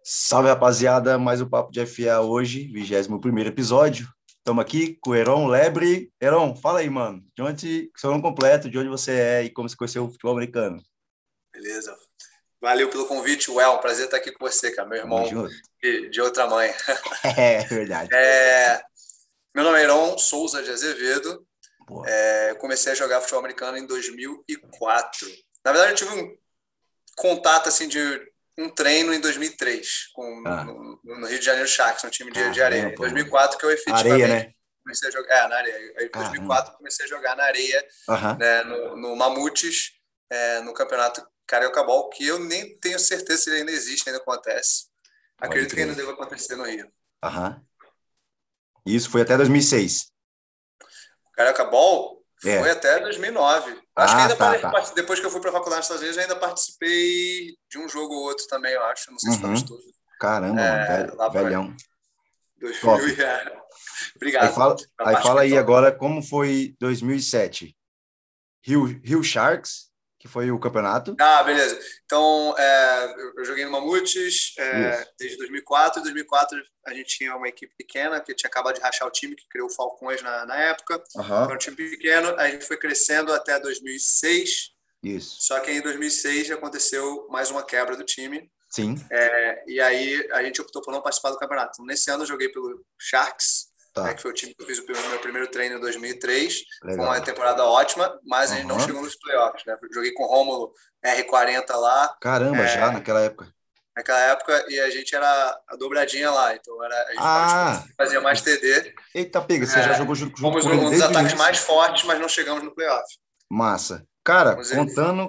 Salve, rapaziada, mais um Papo de FA hoje, 21º episódio. Estamos aqui com o Heron Lebre. Heron, fala aí, mano, de onde, seu nome completo, de onde você é e como você conheceu o futebol americano. Beleza. Valeu pelo convite, Well. Prazer estar aqui com você, cara. Meu Tamo irmão junto. de outra mãe. É verdade. Meu nome é Heron Souza de Azevedo. Boa. Comecei a jogar futebol americano em 2004. Na verdade, eu tive um contato assim, de um treino em 2003 no Rio de Janeiro Sharks, um time de areia. Em 2004 que eu Areia, efetivamente né? comecei a jogar. Na areia. Em Caramba. 2004 comecei a jogar na areia, Aham. né, no Mamutes, no campeonato Carioca Ball, que eu nem tenho certeza se ele ainda existe, ainda acontece. Pode Acredito que ainda crer. deva acontecer no Rio. Aham. Isso foi até 2006. O Carioca Ball foi É. até 2009. Acho que Ah, ainda tá. depois que eu fui para a faculdade dos Estados Unidos, eu ainda participei de um jogo ou outro também, eu acho. Não sei se foi Uhum. amistoso. Caramba, mano, Lá para velhão. 2000 Top. e... Aí Obrigado. fala, A aí parte fala aí vitória. agora como foi 2007. Rio Sharks, que foi o campeonato. Beleza. Então, eu joguei no Mamutes Isso. desde 2004. Em 2004, a gente tinha uma equipe pequena, que tinha acabado de rachar o time, que criou o Falcões na época. Então, Aham. um time pequeno. A gente foi crescendo até 2006. Isso. Só que em 2006 aconteceu mais uma quebra do time. Sim. E aí a gente optou por não participar do campeonato. Então, nesse ano eu joguei pelo Sharks, né, que Tá. foi o time que eu fiz o meu primeiro treino em 2003. Foi uma Legal. temporada ótima, mas a gente não Aham. chegou nos playoffs. Né? Joguei com o Rômulo R40 lá, Caramba, já naquela época. naquela época, e a gente era a dobradinha lá. Então a gente ficava Ah, disposto a fazer mais TD. eita, pega, você já jogou junto Fomos com ele um dos desde o ataques início? mais fortes, mas não chegamos no playoff. Massa. Cara, Vamos ver.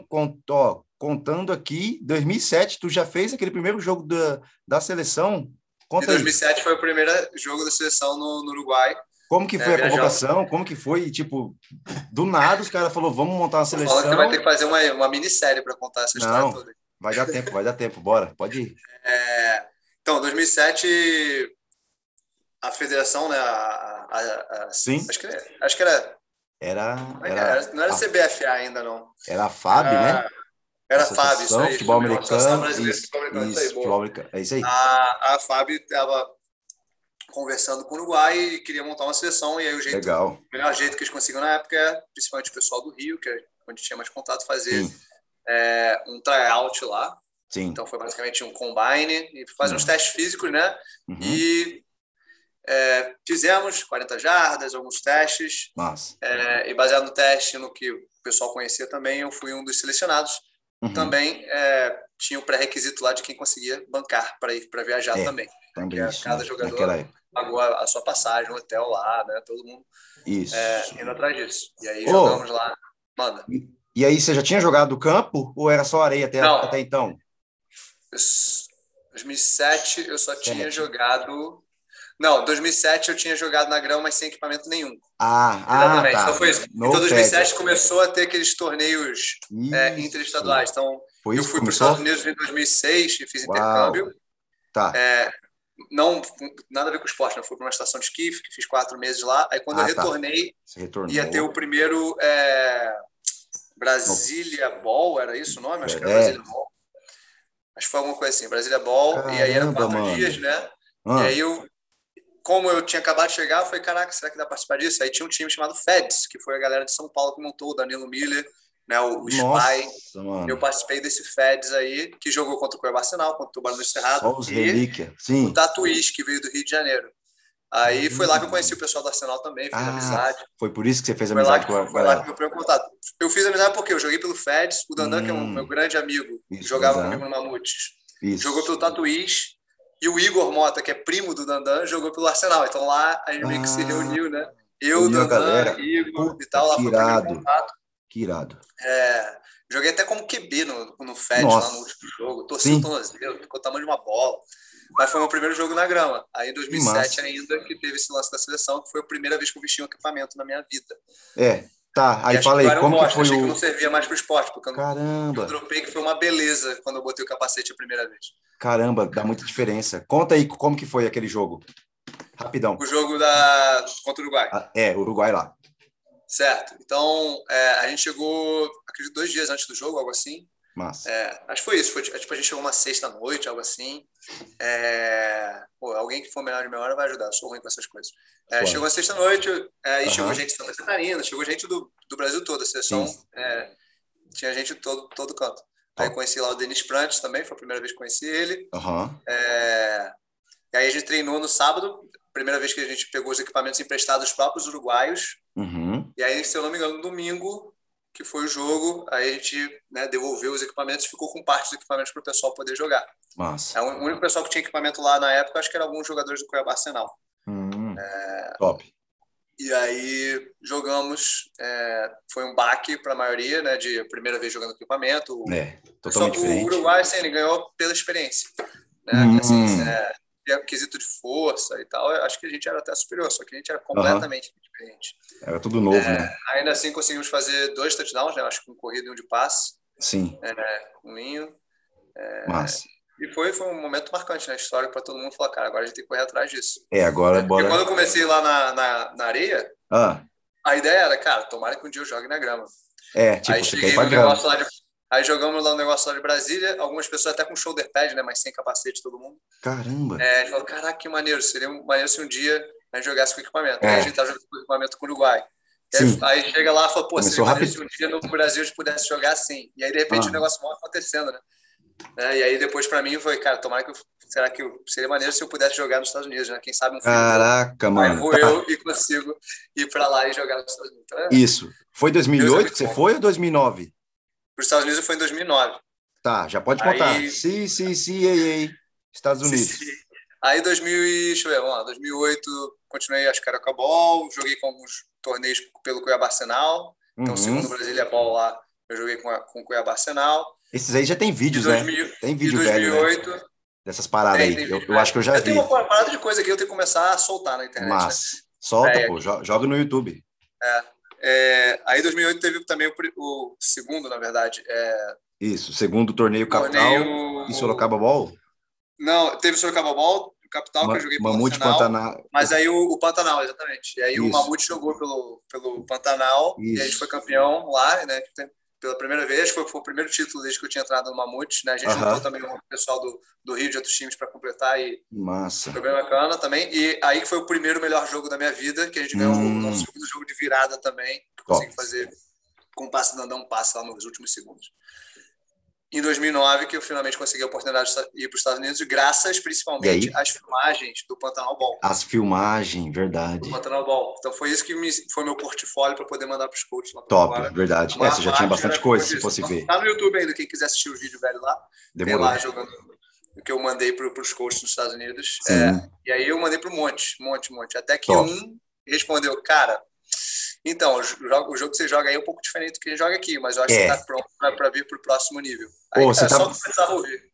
contando aqui, 2007, tu já fez aquele primeiro jogo da seleção? Em Conta aí. 2007 foi o primeiro jogo da seleção no Uruguai. Como que foi a Viajamos. convocação? Como que foi? Tipo, do nada os caras falaram, vamos montar uma Tô falando que você vai ter seleção. que fazer uma minissérie para contar essa história Não, toda. vai dar tempo, bora, pode ir. Então, 2007, a federação, né, Sim, acho que era, como é que era, era? Não era CBFA ainda, não. era a FAB, né? Era, era FAB, isso Associação aí, Futebol Associação Americano, Brasileira de Futebol Americano, isso aí, isso, futebol boa. americano, é isso aí. A FAB estava conversando com o Uruguai e queria montar uma seleção, e aí Legal, o melhor jeito que eles conseguiam na época é, principalmente o pessoal do Rio, que é onde tinha mais contato, fazer sim, um tryout lá. sim, Então foi basicamente um combine e fazer uns sim. testes físicos, né? Uhum. E fizemos 40 jardas, alguns testes, Massa. e baseado no teste, no que o pessoal conhecia também, eu fui um dos selecionados. Uhum. Também tinha o pré-requisito lá de quem conseguia bancar para ir para viajar também. Que Também isso, cada né? Naquela jogador época. pagou a sua passagem, o hotel lá, né? Todo mundo Isso. indo atrás disso. E aí Ô, jogamos lá. Manda. e aí, você já tinha jogado campo ou era só areia até Não, então? 2007 eu só tinha 7. jogado. Não, 2007 eu tinha jogado na grama, mas sem equipamento nenhum. Ah, Exatamente. Então tá. foi isso. Então No pad. 2007 começou a ter aqueles torneios Isso. interestaduais. Então Foi eu isso que fui para os Estados começou? Unidos em 2006 e fiz Uau. intercâmbio. Tá. Não, nada a ver com esporte, né? Eu fui para uma estação de esqui, fiz 4 meses lá. Aí quando eu Ah, tá. retornei, Você ia ter o retornou. primeiro No- Brasília Ball, era isso o nome? Acho que era É. Brasília Ball. Acho que foi alguma coisa assim, Brasília Ball. E aí era Caramba, 4 dias, mano. né? E Ah, aí como eu tinha acabado de chegar, eu falei, caraca, será que dá para participar disso? Aí tinha um time chamado Feds, que foi a galera de São Paulo que montou, o Danilo Miller, né, o Spy. nossa, Eu mano. participei desse Feds aí, que jogou contra o Cuiabá Arsenal, contra o Tubarão do Cerrado, Só os e relíquias. o Sim. Tatuís, que veio do Rio de Janeiro. Aí foi lá que Caramba, eu conheci o mano. pessoal do Arsenal também, fiz Ah, amizade. foi por isso que você fez amizade com a Foi lá que galera. meu primeiro contato. Eu fiz amizade porque eu joguei pelo Feds, o Dandan, que é meu Hum, grande amigo, isso, jogava comigo Dandan. no Mamutes, jogou Isso. pelo Tatuís, e o Igor Mota, que é primo do Dandan, jogou pelo Arsenal. Então lá a gente meio que se Ah, reuniu, né? Eu, uniu a Dandan, galera. Igor e Puta, tal, lá que foi o primeiro irado. contato. Que irado. Joguei até como QB no Feds lá no Nossa. último jogo, torci o Sim, tornozelo, ficou o tamanho de uma bola. Mas foi meu primeiro jogo na grama. Aí em que 2007 massa. ainda que teve esse lance da seleção, que foi a primeira vez que eu vesti um equipamento na minha vida. É, tá. E Aí achei fala que eu aí, era um como que bosta, foi achei que eu não o. servia mais pro esporte, porque eu Caramba, dropei que foi uma beleza quando eu botei o capacete a primeira vez. caramba, dá muita diferença. Conta aí como que foi aquele jogo. O Rapidão. jogo contra o Uruguai. Uruguai lá. Certo. Então, a gente chegou, acredito, 2 dias antes do jogo, algo assim. Massa. Acho que foi isso. Tipo, a gente chegou uma sexta-noite, algo assim. Alguém que for melhor de memória vai ajudar. Eu sou ruim com essas coisas. Chegou uma sexta-noite, aí chegou gente de Santa Catarina, chegou gente do Brasil todo. A seleção tinha gente de todo canto. Aí conheci lá o Denis Prantes também, foi a primeira vez que conheci ele. E aí a gente treinou no sábado, primeira vez que a gente pegou os equipamentos emprestados dos próprios uruguaios. E aí, se eu não me engano, no domingo, que foi o jogo, aí a gente, né, devolveu os equipamentos e ficou com parte dos equipamentos para o pessoal poder jogar. Massa. O único pessoal que tinha equipamento lá na época, acho que eram alguns jogadores do Cuiabá Arsenal. Top. E aí jogamos, foi um baque para a maioria, né, de primeira vez jogando equipamento. Totalmente diferente. O Uruguai, assim, ele ganhou pela experiência. Né? Assim, quesito de força e tal, eu acho que a gente era até superior, só que a gente era completamente diferente. Era tudo novo, né? Ainda assim, conseguimos fazer 2 touchdowns, né? Acho que um corrido e um de passe. Sim. Um linho. Massa. E foi um momento marcante na história para todo mundo falar, cara, agora a gente tem que correr atrás disso. Agora bora. Porque quando eu comecei lá na areia, a ideia era, cara, tomara que um dia eu jogue na grama. Tipo, aí você cheguei quer ir pra no grama. negócio lá aí jogamos lá no negócio lá de Brasília, algumas pessoas até com shoulder pad, né, mas sem capacete todo mundo. Caramba. A gente falou, caraca, que maneiro, seria maneiro se um dia a gente jogasse com equipamento. Aí a gente tá jogando com equipamento com o Uruguai. Aí chega lá e fala, pô, seria maneiro se um dia no Brasil a gente pudesse jogar assim. E aí, de repente, o negócio vai acontecendo, né? E aí, depois, pra mim, foi, cara, tomara que seria maneiro se eu pudesse jogar nos Estados Unidos, né? Quem sabe um filho Caraca, mano. Aí vou eu e consigo ir pra lá e jogar nos Estados Unidos. Então, isso. Foi 2008 que você foi ou 2009? Para os Estados Unidos foi em 2009. Tá, já pode contar. Sim, Estados Unidos. Aí, deixa eu ver, vamos lá, 2008, continuei, acho que era com a Ball, joguei com alguns torneios pelo Cuiabá Arsenal. Então, o segundo Brasília Ball lá, eu joguei com o Cuiabá Arsenal. Esses aí já tem vídeos, né? Tem vídeo 2008, velho, né? Dessas paradas aí. Eu acho que eu já vi. Eu tenho uma parada de coisa que eu tenho que começar a soltar na internet. Mas, né? Solta, pô, joga no YouTube. Aí, em 2008, teve também o segundo, na verdade. Isso, segundo torneio capital em Sorocaba Ball? Não, teve o Sorocaba Ball, o capital, que eu joguei pelo Mamute Arsenal. Pantanal. Mas aí o Pantanal, exatamente. E aí o Mamute jogou pelo Pantanal e a gente foi campeão lá, né? Pela primeira vez, foi o primeiro título desde que eu tinha entrado no Mamute, né? A gente juntou também o pessoal do Rio, de outros times, para completar e massa. Foi bem bacana também. E aí que foi o primeiro melhor jogo da minha vida, que a gente ganhou o nosso segundo jogo de virada também, que consegui fazer com o passe, dando um passe lá nos últimos segundos. Em 2009, que eu finalmente consegui a oportunidade de ir para os Estados Unidos, graças principalmente às filmagens do Pantanal Ball. As filmagens, verdade. Do Pantanal Ball. Então foi isso que foi meu portfólio para poder mandar para os coaches lá para fora. Top, verdade. Você já tinha bastante coisa, se fosse ver. Tá no YouTube ainda, quem quiser assistir o vídeo velho lá. Demorou. Tem lá jogando o que eu mandei para os coaches nos Estados Unidos. E aí eu mandei para um monte. Até que um respondeu, cara, então, o jogo que você joga aí é um pouco diferente do que a gente joga aqui, mas eu acho que você está pronto para vir para o próximo nível. Aí, só que eu precisava ouvir.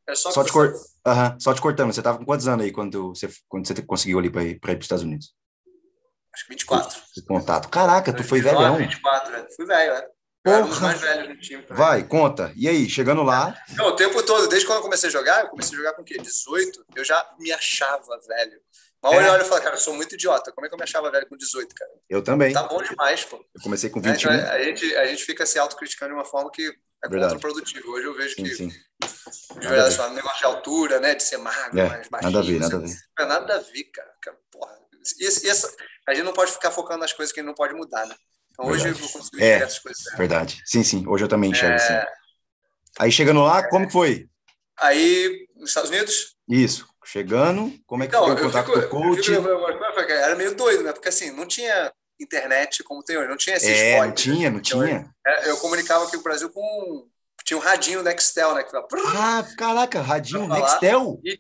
Só te cortando, você estava com quantos anos aí quando você conseguiu ali para ir para os Estados Unidos? Acho que 24. Contato. Caraca, tu foi velhão. 24, Fui velho, Eu era um dos mais velhos no time também. Vai, conta. E aí, chegando lá? Não, o tempo todo, desde quando eu comecei a jogar com o quê? 18, eu já me achava velho. Mas olha e fala, cara, eu sou muito idiota. Como é que eu me achava velho com 18, cara? Eu também. Tá bom demais, pô. Eu comecei com 21. Então, a gente fica se autocriticando de uma forma que é contraprodutivo. Hoje eu vejo que de verdade, um negócio de altura, né? De ser magro, mais baixinho. Nada a ver. Não é nada a ver, cara. Porra. A gente não pode ficar focando nas coisas que a gente não pode mudar, né? Então hoje eu consigo enxergar essas coisas. Verdade. Sim. Hoje eu também enxergo assim. Aí chegando lá, como que foi? Aí, nos Estados Unidos? Isso. Chegando, como é que foi o contato com o coach? Era meio doido, né? Porque assim, não tinha internet como tem hoje, não tinha esses não tinha. Eu comunicava aqui com o Brasil com... Tinha um radinho Nextel, né? Caraca, radinho Nextel? E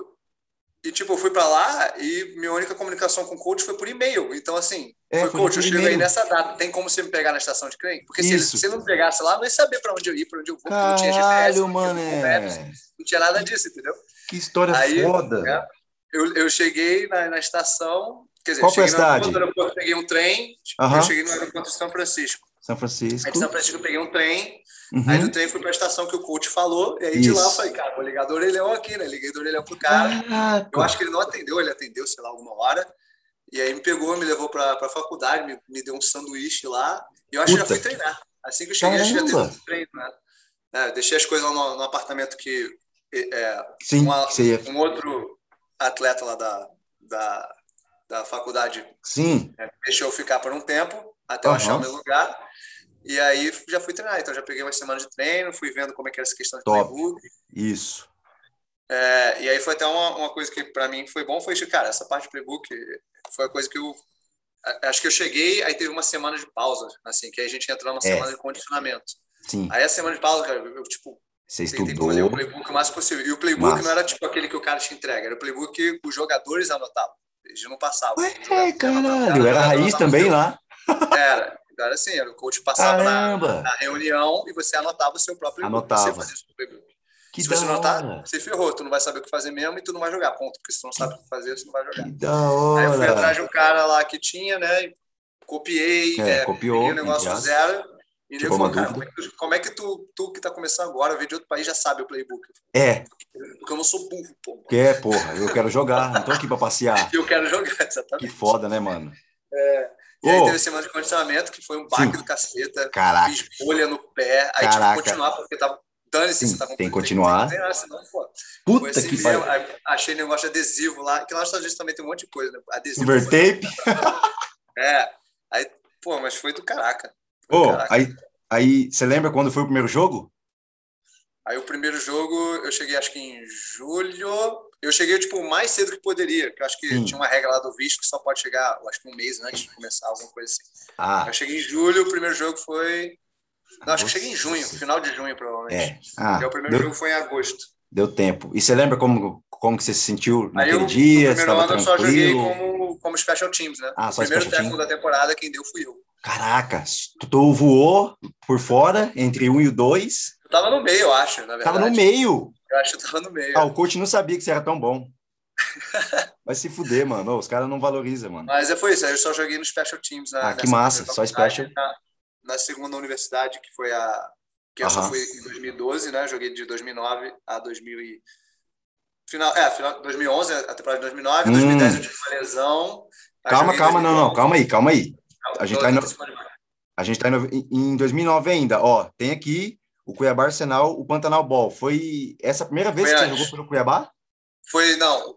eu fui pra lá e minha única comunicação com o coach foi por e-mail. Então, assim, coach, eu chego aí nessa data. Tem como você me pegar na estação de trem? Porque se ele não me pegasse lá, eu não ia saber pra onde eu ia, pra onde eu vou, porque não tinha GPS, não tinha nada disso, entendeu? Que história foda. Eu cheguei na estação, quer dizer, qual foi a cidade? No aeroporto, peguei um trem, eu cheguei no aeroporto de São Francisco. Aí de São Francisco eu peguei um trem, aí do trem fui para a estação que o coach falou, e aí de lá eu falei, cara, vou ligar do orelhão aqui, né? Liguei do orelhão pro cara. Eu acho que ele não atendeu, ele atendeu, sei lá, alguma hora. E aí me pegou, me levou para a faculdade, me deu um sanduíche lá, e eu acho que já fui treinar. Assim que eu cheguei, acho que já teve um treino, né? Deixei as coisas lá no apartamento que Sim, um outro atleta lá da faculdade sim. deixou eu ficar por um tempo, até eu achar o meu lugar. E aí já fui treinar. Então já peguei umas semanas de treino, fui vendo como é que era essa questão de playbook. Isso. E aí foi até uma coisa que para mim foi bom, foi, cara, essa parte de playbook foi a coisa que eu acho que eu cheguei, aí teve uma semana de pausa, assim, que aí a gente entrou numa semana de condicionamento. Sim. Aí a semana de pausa, cara, eu tipo, você tentei estudou fazer o playbook o máximo possível. E o playbook não era tipo aquele que o cara te entrega, era o playbook que os jogadores anotavam. Eles não passavam. Caralho, era raiz também lá. Era assim, o coach passava na reunião e você anotava o seu próprio playbook. Você fazia o seu playbook. Se você não anotar, você ferrou, tu não vai saber o que fazer mesmo e tu não vai jogar, ponto. Porque se tu não sabe o que fazer, você não vai jogar. Que da hora! Aí eu fui atrás de um cara lá que tinha, né? Copiei, copiou, peguei o negócio do zero. E ele falou, cara, como é que tu que tá começando agora, veio de outro país, já sabe o playbook? Porque eu não sou burro, pô. Porra, eu quero jogar, não tô aqui pra passear. Eu quero jogar, exatamente. Que foda, né, mano? E aí teve a semana de condicionamento, que foi um baque do caceta. Caraca. Fiz bolha no pé, aí tive que continuar, porque tava... Dane-se, você tá com... Tem que continuar. Tem que treinar, senão, pô. Puta foi assim que mesmo. Aí achei negócio de adesivo lá, que lá nos Estados Unidos também tem um monte de coisa, né? Adesivo. Silver tape? Aí, pô, mas foi do caraca. Aí, você lembra quando foi o primeiro jogo? Aí o primeiro jogo, eu cheguei acho que em julho. Eu cheguei, tipo, mais cedo que poderia, porque eu acho que tinha uma regra lá do visto que só pode chegar, acho que um mês antes de começar, alguma coisa assim. Eu cheguei em julho, o primeiro jogo foi... Não, acho que cheguei em junho, final de junho, provavelmente. E o primeiro jogo foi em agosto. Deu tempo. E você lembra como que você se sentiu naquele dia? No primeiro ano eu só joguei como Special Teams, né? O primeiro técnico da temporada, quem deu fui eu. Caraca, tu voou por fora, entre 1 e o 2. Eu tava no meio, eu acho, na verdade. Tava no meio? Eu acho que eu tava no meio. O coach não sabia que você era tão bom. Vai se fuder, mano. Os caras não valorizam, mano. Mas foi isso, aí eu só joguei no Special Teams. Que massa, só Special. Na segunda universidade, que foi que eu só fui em 2012, né? Joguei de 2009 a 2000 final de 2011, a temporada de 2009, 2010 eu tive uma lesão. Calma, não, calma aí. A gente tá em 2009 ainda. Tem aqui o Cuiabá Arsenal, o Pantanal Ball. Foi essa a primeira vez que você jogou pelo Cuiabá? Foi, não.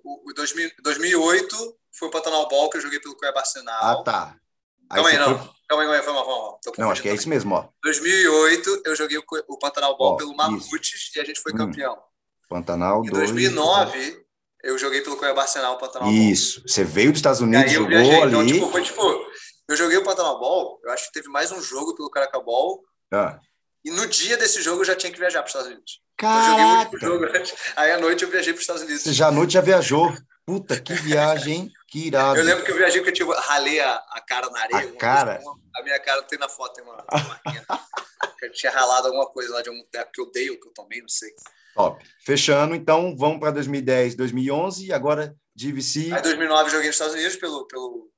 2008 foi o Pantanal Ball que eu joguei pelo Cuiabá Arsenal. Tá. Calma aí, foi mal. Não, acho que é isso mesmo, 2008 eu joguei o Pantanal Ball pelo Mamutes e a gente foi campeão. Pantanal 2. Em 2009 eu joguei pelo Cuiabá Arsenal o Pantanal Ball. Isso. Você veio dos Estados Unidos, jogou ali. Então, eu joguei o Pantanal Ball, eu acho que teve mais um jogo pelo Caracas Ball. E no dia desse jogo eu já tinha que viajar para os Estados Unidos. Caraca. Então, eu joguei o último jogo antes. Aí à noite eu viajei para os Estados Unidos. Você já à noite já viajou. Puta, que viagem, que irado. Eu lembro que eu viajei porque eu ralei a cara na areia. A minha cara não tem na foto, tem uma marquinha. Eu tinha ralado alguma coisa lá de algum tempo que eu dei ou que eu tomei, não sei. Top. Fechando, então, vamos para 2010, 2011 e agora DVC. Aí em 2009 eu joguei nos Estados Unidos pelo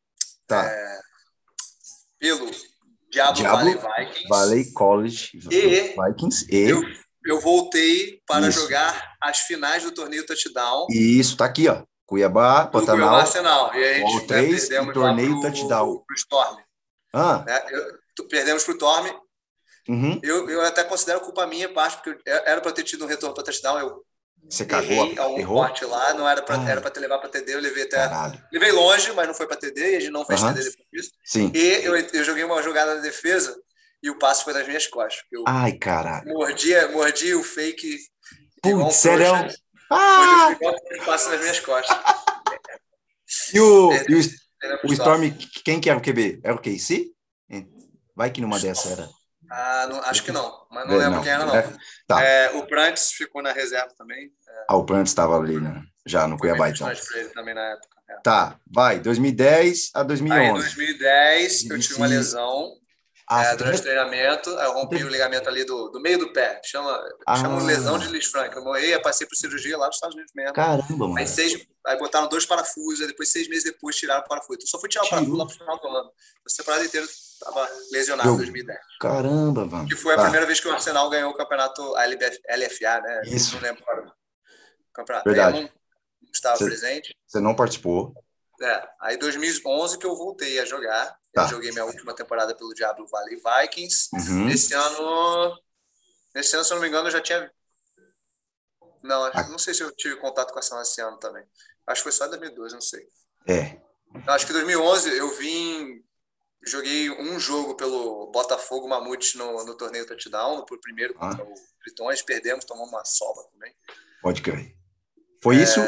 Diablo Valley Vikings. Valley College Vikings. Eu voltei para jogar as finais do torneio Touchdown. Isso, tá aqui, Cuiabá, Pantanal. Arsenal. E a gente perdemos torneio Touchdown. Pro Storm. Perdemos pro Storm. Eu até considero culpa minha parte, porque era para ter tido um retorno para touchdown. Você cagou, errou? Corte lá, não era para ter levado para TD, eu levei até. Levei longe, mas não foi para TD, e a gente não fez TD depois disso. Sim. E eu joguei uma jogada na defesa e o passe foi nas minhas costas. Ai, caralho. Mordi o fake. Putz, sério? Mordi o passe nas minhas costas. E o Storm, quem que era o QB? Era o KC? Vai que numa dessa era. Acho que não, mas não lembro quem era, não. O Prantz ficou na reserva também. O Prantz estava ali, né? Já no Cuiabá, então. Para ele também na época. Tá, vai, 2010 a 2011. Aí, em 2010, eu tive uma lesão durante o treinamento. Eu rompi o ligamento ali do meio do pé. Chama lesão de Lisfranc. Eu morri, passei por cirurgia lá nos Estados Unidos mesmo. Caramba, mano. Aí botaram 2 parafusos, depois 6 meses depois tiraram o parafuso. Eu só fui tirar o parafuso lá pro final do ano. A temporada inteira estava lesionado em 2010. Caramba, mano. Que foi a primeira vez que o Arsenal ganhou o campeonato LFA, né? Isso. Não lembro qual era o campeonato. Verdade. Eu não estava presente. Você não participou. Aí 2011 que eu voltei a jogar. Eu joguei minha última temporada pelo Diablo Valley Vikings. Esse ano Nesse ano, se eu não me engano, eu já tinha... Não sei se eu tive contato com a seleção esse ano também. Acho que foi só em 2012, não sei. Não, acho que em 2011 eu joguei um jogo pelo Botafogo Mamute no torneio touchdown, por primeiro contra o Tritões, perdemos, tomamos uma sova também. Pode crer. Foi isso?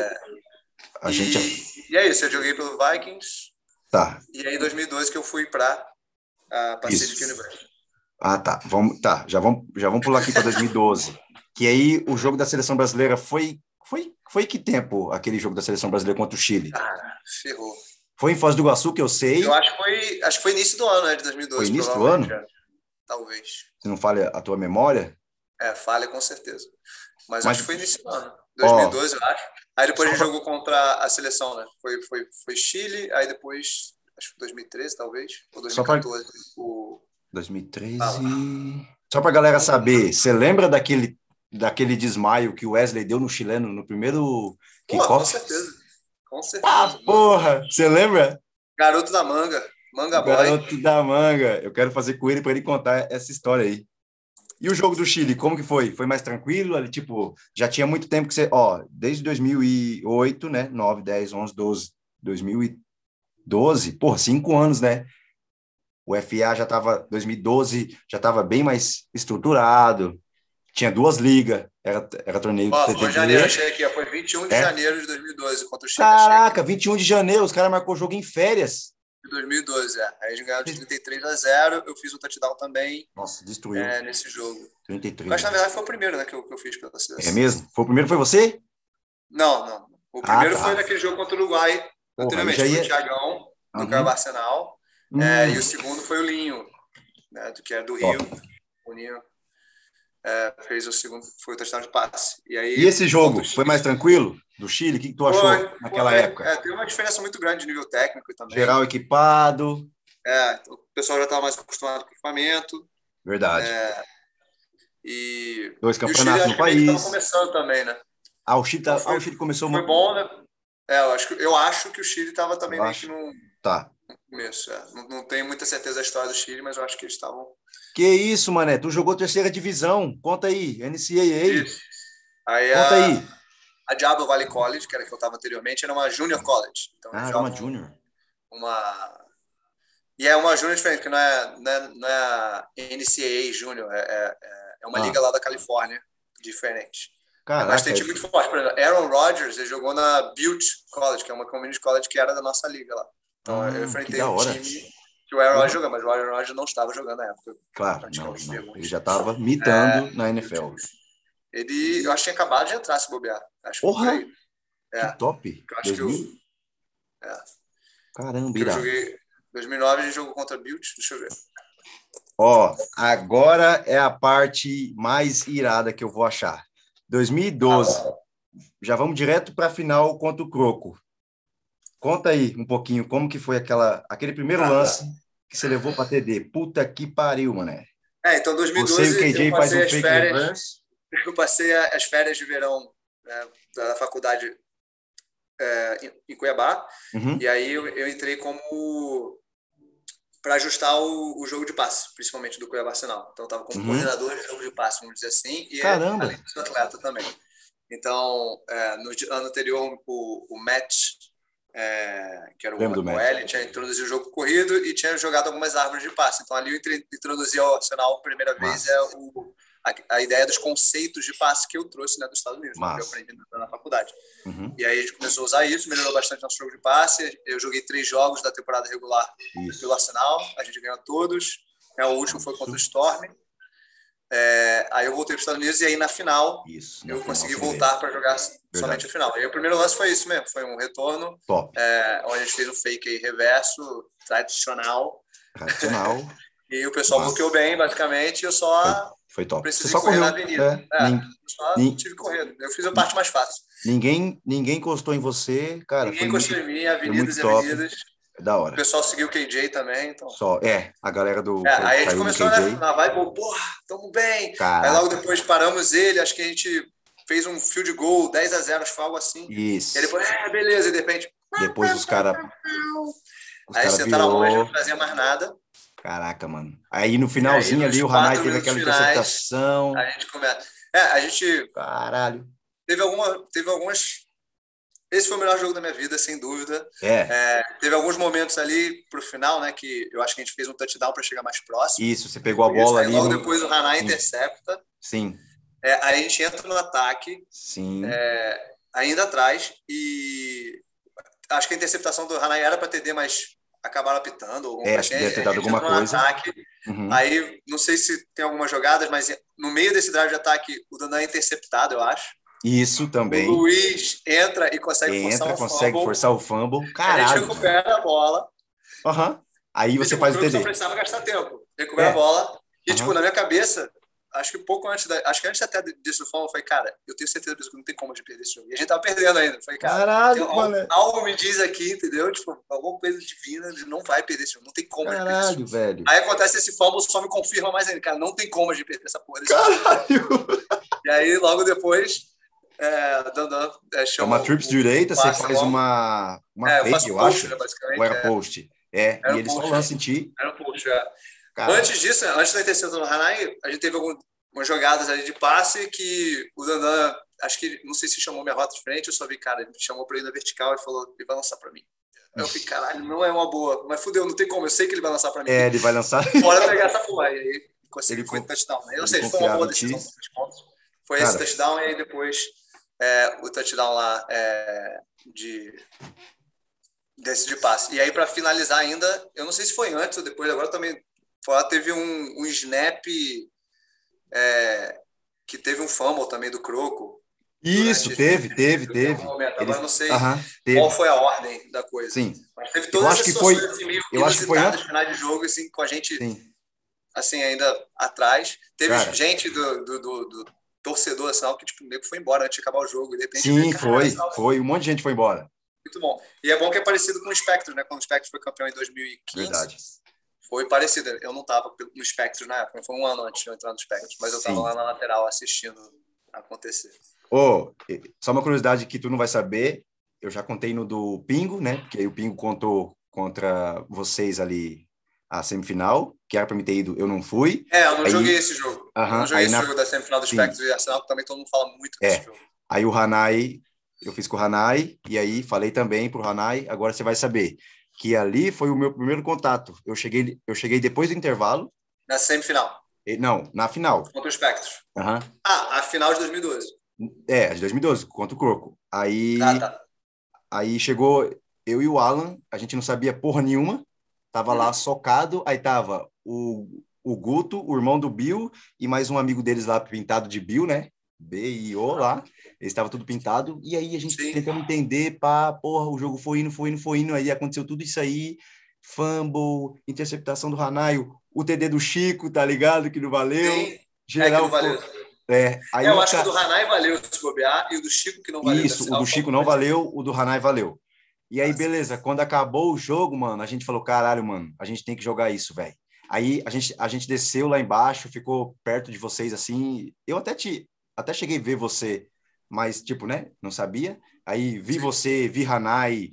E é isso, eu joguei pelo Vikings. Tá. E aí em 2012 que eu fui para a Pacific University. Tá. Já vamos pular aqui para 2012. Que aí o jogo da seleção brasileira foi que tempo aquele jogo da seleção brasileira contra o Chile? Ferrou. Foi em Foz do Iguaçu, que eu sei. Eu acho que foi início do ano, né, de 2012. Foi início do ano? Talvez. Se não falha a tua memória? Falha com certeza. Mas acho que foi início do ano. 2012, eu acho. Aí depois a gente jogou contra a seleção, né? Foi Chile, aí depois, acho que 2013, talvez, ou 2014. 2013... Só para a galera saber, você lembra daquele desmaio que o Wesley deu no chileno no primeiro kickoff? Com certeza. Com certeza. Porra! Você lembra? Garoto da manga. Manga boy. Garoto da manga. Eu quero fazer com ele para ele contar essa história aí. E o jogo do Chile, como que foi? Foi mais tranquilo? Ali, tipo, já tinha muito tempo que você... desde 2008, né? 9, 10, 11, 12. 2012, 5 anos, né? O FA já estava... 2012 já estava bem mais estruturado. Tinha 2 ligas. Era torneio do TTD. Foi janeiro, achei aqui. Foi 21 de janeiro de 2012 contra o Chile. Caraca, 21 de janeiro. Os caras marcou o jogo em férias. De 2012, Aí a gente ganhou de 33-0. Eu fiz um touchdown também. Nossa, destruiu. Nesse jogo. 33. Eu acho que, na verdade, foi o primeiro, né, que eu fiz pela seleção. É mesmo? Foi o primeiro, foi você? Não. O primeiro foi naquele jogo contra o Uruguai. Anteriormente, foi o Thiagão, do Cuiabá Arsenal. E o segundo foi o Linho, né, que é do Rio. O Linho fez o segundo, foi o touchdown de passe. E esse jogo foi mais tranquilo? Do Chile? O que tu achou naquela época? Teve uma diferença muito grande de nível técnico também. Geral equipado. O pessoal já estava mais acostumado com o equipamento. Verdade. E 2 campeonatos no país. Estava começando também, né? O Chile começou... Foi bom, né? Eu acho que o Chile estava também meio que no começo. Não tenho muita certeza da história do Chile, mas eu acho que eles estavam... Que isso, mané? Tu jogou 3ª divisão. Conta aí. NCAA. Isso. Aí conta aí. A Diablo Valley College, que era que eu estava anteriormente, era uma Junior College. Então, era uma Junior. E é uma Junior diferente, que não é a NCAA Junior. É uma liga lá da Califórnia, diferente. Caraca, mas tem time muito forte. Por exemplo, Aaron Rodgers, ele jogou na Butte College, que é uma community college que era da nossa liga lá. Então, eu enfrentei um time que o Aaron Rodgers jogou, mas o Aaron Rodgers não estava jogando na época. Claro, não. Ele já estava mitando na NFL. Eu acho que tinha acabado de entrar, se bobear. Acho que que top. Eu acho 2000? que Caramba, eu joguei... 2009 a gente jogou contra a Butte, deixa eu ver. Agora é a parte mais irada que eu vou achar. 2012. Já vamos direto para a final contra o Croco. Conta aí um pouquinho como que foi aquele primeiro lance que você levou para TD. Puta que pariu, mané. Então 2012 você e o KJ faz um fake reverse. Eu passei as férias de verão, né, da faculdade em Cuiabá. E aí eu entrei para ajustar o jogo de passe, principalmente do Cuiabá Arsenal. Então, eu estava como coordenador de jogo de passe, vamos dizer assim, e além do atleta também. Então, no ano anterior, o Matt, que era o OL, tinha introduzido o jogo corrido e tinha jogado algumas árvores de passe. Então, ali eu introduzi ao Arsenal a primeira vez a ideia dos conceitos de passe que eu trouxe, né, dos Estados Unidos, que eu aprendi na faculdade. E aí a gente começou a usar isso, melhorou bastante nosso jogo de passe. Eu joguei 3 jogos da temporada regular pelo Arsenal, a gente ganhou todos. O último foi contra o Storm. Aí eu voltei para os Estados Unidos e aí na final eu consegui voltar para jogar somente a final. E aí o primeiro lance foi isso mesmo, foi um retorno onde a gente fez um fake aí, reverso, tradicional. E o pessoal bloqueou bem, basicamente, e eu só... Foi top. Precisei Você só correr correu. na avenida. Só tive correndo. Eu fiz a parte mais fácil. Ninguém encostou em você, cara. Ninguém encostou em mim, avenidas e avenidas. É da hora. O pessoal seguiu o KJ também. Então... a galera do... aí a gente começou na vibe, porra, tamo bem. Caraca. Aí logo depois paramos ele, acho que a gente fez um field goal, 10-0, acho que foi algo assim. Isso. E aí depois, beleza, e de repente... Depois os caras... Aí sentaram a mão, a gente não fazia mais nada. Caraca, mano. Aí no E aí, finalzinho ali, o nos Hanai 4 teve minutos aquela finais, interceptação. a gente começa. A gente Caralho. teve algumas. Esse foi o melhor jogo da minha vida, sem dúvida. É, Teve alguns momentos ali pro final, né, que eu acho que a gente fez um touchdown para chegar mais próximo. isso, você pegou a bola Aí ali logo no... depois o Hanai Sim, intercepta. sim, Aí a gente entra no ataque, sim. ainda atrás, e acho que a interceptação do Hanai era para TD, mas acabaram apitando, alguma coisa Acho assim. que deve ter A dado gente alguma entrou no coisa. ataque, Uhum. aí não sei se tem algumas jogadas, mas no meio desse drive de ataque, o Dandan é interceptado, eu acho. Isso O também. Luiz entra e consegue forçar Entra, um consegue fumble. forçar o fumble. A gente Caralho, velho. recupera a bola. Aham. Aí E, você tipo, o faz o Croco só TD. precisava gastar tempo. Recupera a É. bola. E, tipo, Aham. na minha cabeça, acho que pouco antes acho que antes até disso, eu falei, cara, eu tenho certeza que não tem como de perder esse jogo. E a gente tava perdendo ainda. Eu falei, cara, Caralho, mano. algo me diz aqui, entendeu? Tipo, alguma coisa divina, ele não vai perder esse jogo. Não tem como de perder esse Caralho, jogo. velho. Aí acontece esse fumble, só me confirma mais ainda. Cara, não tem como de perder essa porra desse jogo. Caralho. E aí, logo depois, Dandan É chama uma trips o direita, você passe faz longo. uma Eu fade, faço eu post, acho. né, Ou basicamente. era post. É, e Era um ele só post. lança em ti. Era um post, Cara, Antes disso, antes da interceptação do Hanai, a gente teve algumas jogadas ali de passe que o Dandan, acho que, não sei se chamou minha rota de frente, eu só vi, cara, ele me chamou pra ir na vertical e falou, ele vai lançar pra mim. Aí eu falei, ixi. caralho, não é uma boa. Mas fudeu, não tem como, eu sei que ele vai lançar pra mim. É, ele vai lançar. Bora pegar essa porra. E aí Ele, consegui, foi touchdown. Né? Ou ele seja, foi uma confiava boa em ti. decisão por 3 pontos. Foi esse Cara, touchdown e aí depois o touchdown lá desse de passe. E aí, para finalizar ainda, eu não sei se foi antes ou depois, agora também teve um snap que teve um fumble também do Croco isso, durante em algum teve. momento. Agora eu Eles, não sei aham, qual teve. foi a ordem da coisa. Sim. Mas teve Eu todas acho essas que foi, situações assim, meio eu acho que foi inusitadas antes. no final de jogo, assim, com a gente Sim. assim, ainda atrás. Teve Cara, gente do torcedor, assim, que tipo, o nego foi embora antes de acabar o jogo. E de repente vê, sim, cara, foi. Um monte de gente foi embora. muito bom. E é bom que é parecido com o Spectros, né? Quando o Spectros foi campeão em 2015, Verdade. foi parecido. Eu não estava no Spectros na época, foi um ano antes de eu entrar no Spectros, mas eu estava Sim. lá na lateral assistindo acontecer. Ô, só uma curiosidade que tu não vai saber, eu já contei no do Pingo, né? Porque aí o Pingo contou contra vocês ali a semifinal, que era para me ter ido, eu não fui. Eu não joguei Aí, esse jogo. Eu não aham, joguei esse jogo da semifinal do sim, Spectros e Arsenal, que também todo mundo fala muito desse jogo. aí o Hanai, eu fiz com o Hanai, e aí falei também pro Hanai, agora você vai saber que ali foi o meu primeiro contato. Eu cheguei depois do intervalo. Na semifinal. Não, na final. Contra o Spectros. Aham. A final de 2012. De 2012, contra o Croco. Tá. Aí chegou eu e o Alan, a gente não sabia porra nenhuma, tava lá socado, aí tava o Guto, o irmão do Bill, e mais um amigo deles lá pintado de Bill, né? B-I-O lá, eles estavam tudo pintado, e aí a gente tentando entender, porra, o jogo foi indo, aí aconteceu tudo isso aí, fumble, interceptação do Hanaio, o TD do Chico, tá ligado? Que não valeu. Sim, que Geral não valeu. ficou... Eu aí, acho que o do Hanai valeu se bobear e o do Chico que não valeu. isso, o do Chico não valeu, o do Hanai valeu. E aí, beleza, quando acabou o jogo, mano, a gente falou, caralho, mano, a gente tem que jogar isso, velho. Aí a gente desceu lá embaixo, ficou perto de vocês, assim, eu até cheguei a ver você, mas, tipo, né, não sabia. Aí vi você, vi Hanai,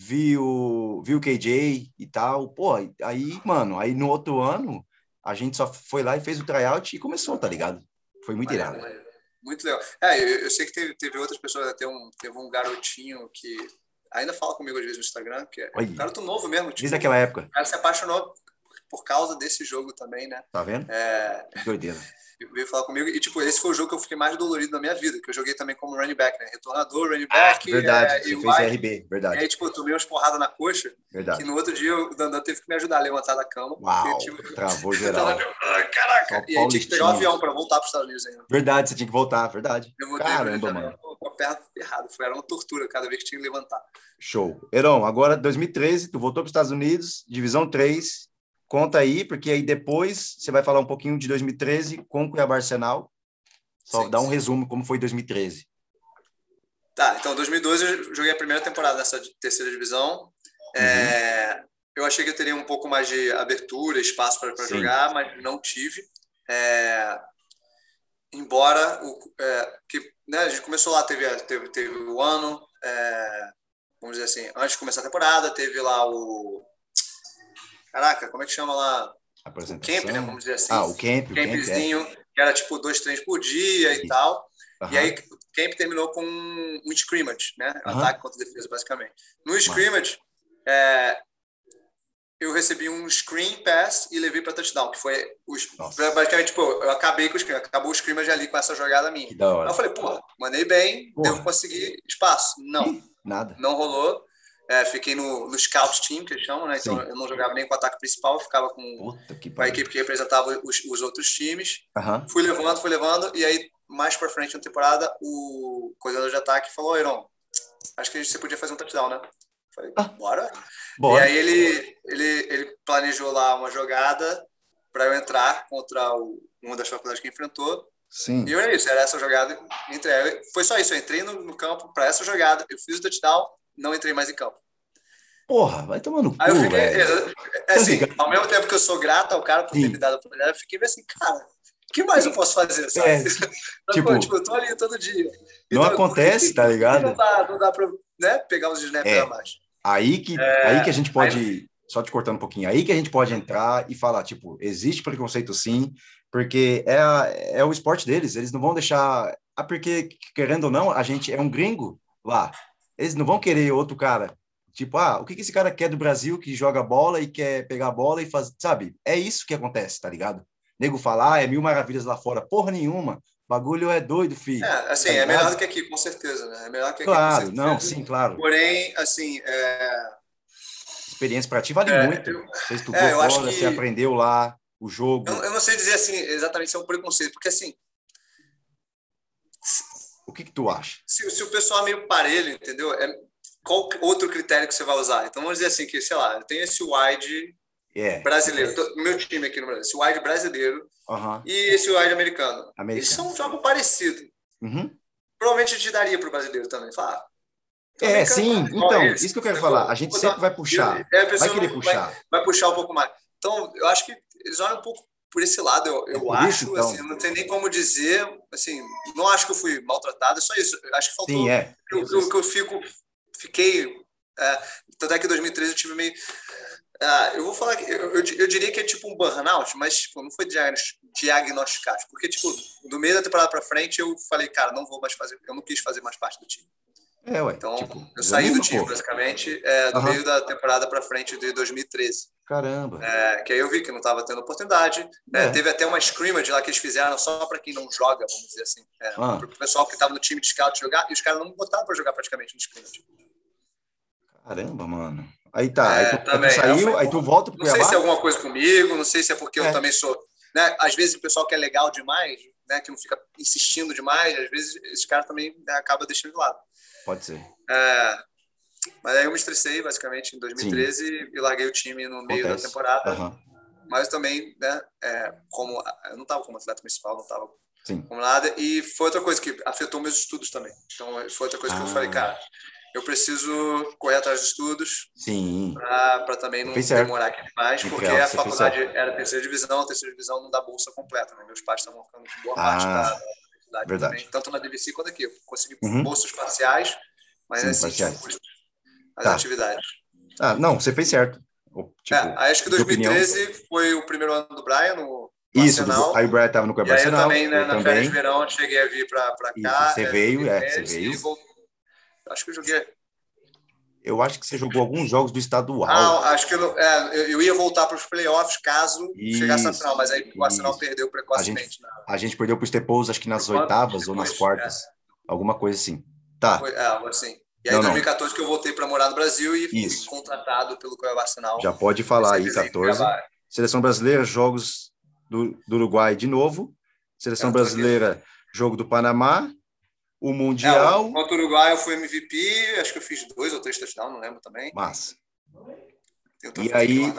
vi o KJ e tal. Pô, aí, mano, aí no outro ano, a gente só foi lá e fez o tryout e começou, tá ligado? Foi muito irado. Muito legal. Eu sei que teve outras pessoas, teve um garotinho que ainda fala comigo às vezes no Instagram, que é um garoto novo mesmo. Tipo, desde aquela época. O cara se apaixonou por causa desse jogo também, né? Tá vendo? Que doideira. Veio falar comigo e, tipo, esse foi o jogo que eu fiquei mais dolorido na minha vida, que eu joguei também como running back, né? Retornador, running back. Verdade, você e fez wide. RB, verdade. E aí, tipo, eu tomei umas porradas na coxa, verdade. que no outro dia o Dandan teve que me ajudar a levantar da cama. Uau, porque, tipo, travou geral. Caraca! E aí tinha que pegar um avião para voltar para os Estados Unidos ainda. Verdade, você tinha que voltar, verdade. Eu voltei Caramba, mano. Com a perna errada. Era uma tortura cada vez que tinha que levantar. Show. Heron, agora 2013, tu voltou para os Estados Unidos, divisão 3. Conta aí, porque aí depois você vai falar um pouquinho de 2013 com o Cuiabá Arsenal. Só dá um resumo como foi 2013. Tá, então 2012 eu joguei a primeira temporada nessa terceira divisão. Eu achei que eu teria um pouco mais de abertura, espaço para jogar, mas não tive. Embora né, a gente começou lá, teve o ano, vamos dizer assim, antes de começar a temporada, teve lá o... Caraca, como é que chama lá? Apresentação. Camp, né? Vamos dizer assim. O camp. Campzinho, que era tipo 2 treinos por dia e tal. E aí o camp terminou com um scrimmage, né? Ataque contra defesa, basicamente. No scrimmage, eu recebi um screen pass e levei para touchdown, que foi basicamente, tipo, eu acabei com o screen, acabou o scrimmage ali com essa jogada minha. Que da hora. Aí eu falei, mandei bem, devo conseguir espaço. Não, nada. Não rolou. Fiquei no scout team, que eles chamam, né? Então eu não jogava nem com o ataque principal, eu ficava com a equipe que representava os outros times. Fui levando, e aí, mais pra frente na temporada, o coordenador de ataque falou: Iron, acho que você podia fazer um touchdown, né? Falei, bora. E aí ele planejou lá uma jogada para eu entrar contra uma das faculdades que enfrentou. Sim. E era isso, era essa jogada. Foi só isso, eu entrei no campo para essa jogada, eu fiz o touchdown, não entrei mais em campo. Porra, vai tomar no cu, aí eu fiquei, velho. Assim, ao mesmo tempo que eu sou grato ao cara por ter me dado a oportunidade, eu fiquei assim, cara, o que mais eu posso fazer, sabe? Tipo, eu tô ali todo dia. Não então, acontece, tá ligado? Não dá pra, né, pegar uns snaps a mais. Aí que a gente pode, só te cortando um pouquinho, aí que a gente pode entrar e falar, tipo, existe preconceito sim, porque é o esporte deles, eles não vão deixar... porque, querendo ou não, a gente é um gringo lá. Eles não vão querer outro cara. Tipo, o que esse cara quer do Brasil, que joga bola e quer pegar a bola e fazer... Sabe? É isso que acontece, tá ligado? Nego fala, é mil maravilhas lá fora. Porra nenhuma. Bagulho é doido, filho. Assim, tá melhor do que aqui, com certeza, né? É melhor que aqui, claro, com certeza. Não, sim, claro. Porém, assim... Experiência para ti vale muito. Você estudou fora, você aprendeu lá o jogo. Eu não sei dizer, assim, exatamente se é um preconceito, porque, assim... O que tu acha? Se o pessoal é meio parelho, entendeu? Qual outro critério que você vai usar? Então, vamos dizer assim, que, sei lá, eu tenho esse wide brasileiro. Meu time aqui no Brasil, esse wide brasileiro e esse wide americano. Eles são um jogo parecido. Provavelmente a gente daria para o brasileiro também. Fala, sim. Então, isso que eu quero falar. A gente sempre vai puxar. Vai querer puxar. Vai puxar um pouco mais. Então, eu acho que eles olham um pouco por esse lado, eu acho, isso, então. Assim, não tem nem como dizer, assim, não acho que eu fui maltratado, é só isso. Eu acho que faltou que eu fiquei... tanto é que em 2013 eu tive meio... eu vou falar que eu diria que é tipo um burnout, mas tipo, não foi diagnosticado, porque tipo, do meio da temporada para frente eu falei, cara, não vou mais fazer, eu não quis fazer mais parte do time. Então, tipo, eu saí do time, basicamente, do meio da temporada para frente de 2013. Caramba! Que aí eu vi que não estava tendo oportunidade. Teve até uma scrimmage lá que eles fizeram só para quem não joga, vamos dizer assim. Para o pessoal que estava no time de scout jogar, e os caras não botaram para jogar praticamente no scrimmage. Caramba, mano. Aí tá, aí tu saiu, aí tu volta pro Cuiabá? Não sei se é alguma coisa comigo, não sei se é porque eu também sou... Né, às vezes o pessoal que é legal demais, né, que não fica insistindo demais, às vezes esse cara também acaba deixando de lado. Pode ser. Mas aí eu me estressei, basicamente, em 2013 e larguei o time no meio da temporada. Mas também, né, como eu não estava como atleta principal, não estava como nada. E foi outra coisa que afetou meus estudos também. Então, foi outra coisa que eu falei, cara, eu preciso correr atrás dos estudos para também não demorar aqui demais, porque a faculdade era terceira divisão não dá bolsa completa. Né? Meus pais estavam ficando com boa parte da universidade também, tanto na DVC quanto aqui. Eu consegui bolsas parciais, mas assim, tinha custo as atividades. Não, você fez certo. Tipo, acho que 2013 foi o primeiro ano do Brian no isso, Arsenal. Aí o Brian estava no Cuiabá Arsenal. E aí eu também, na férias de verão, eu cheguei a vir para cá. Você veio. Acho que eu joguei. Eu acho que você jogou alguns jogos do estadual. Acho que eu ia voltar para os playoffs caso chegasse a final, mas aí o Arsenal perdeu precocemente. A gente perdeu para os Tepous, acho que nas oitavas ou nas quartas. Alguma coisa assim. Tá. Algo assim. E aí em 2014 que eu voltei para morar no Brasil e fui contratado pelo Cuiabá Arsenal. Já pode falar aí, 14. Seleção brasileira, jogos do Uruguai de novo. Seleção brasileira, jogo do Panamá. O Mundial... contra o Uruguai eu fui MVP, acho que eu fiz 2 ou 3 touchdowns, não lembro também. Massa. E aí,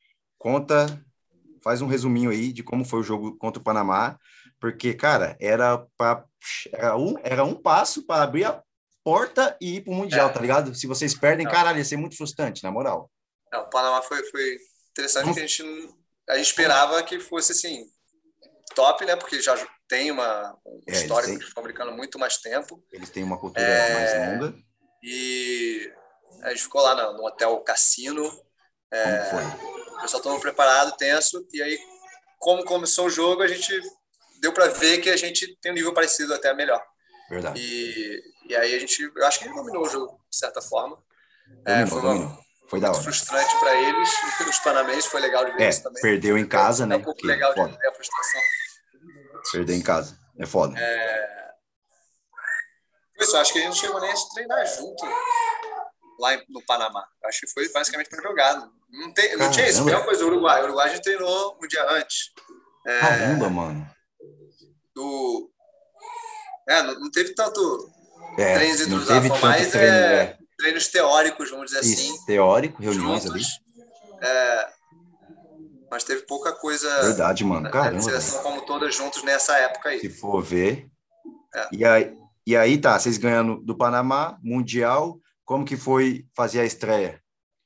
faz um resuminho aí de como foi o jogo contra o Panamá, porque, cara, era um passo para abrir a porta e ir pro Mundial, tá ligado? Se vocês perdem, caralho, ia ser muito frustrante, na moral. O Panamá foi interessante, porque a gente esperava que fosse, assim, top, né? Porque já tem um histórico de futebol americano há muito mais tempo. Eles têm uma cultura mais longa. E a gente ficou lá no hotel Cassino. Como foi? O pessoal estava preparado, tenso, e aí, como começou o jogo, a gente deu para ver que a gente tem um nível parecido, até melhor. Verdade. E aí eu acho que ele dominou o jogo, de certa forma. Dominou. Foi da muito hora. frustrante para eles, os panamenses, foi legal de ver isso também. Perdeu em casa, né? É um pouco legal de ver a frustração. Perder em casa, é foda. Isso, acho que a gente não chegou nem a se treinar junto lá no Panamá. Acho que foi basicamente para jogar. Não tinha isso, mesma coisa do Uruguai. O Uruguai a gente treinou um dia antes. Caramba, mano. Não teve tanto treinos de não teve foi mais treinos teóricos, vamos dizer isso, assim. Teórico, reuniões juntos, ali. Mas teve pouca coisa. Verdade, mano. Caramba. Seleção como todas juntos nessa época aí. Se for ver. E aí tá, vocês ganhando do Panamá, Mundial. Como que foi fazer a estreia?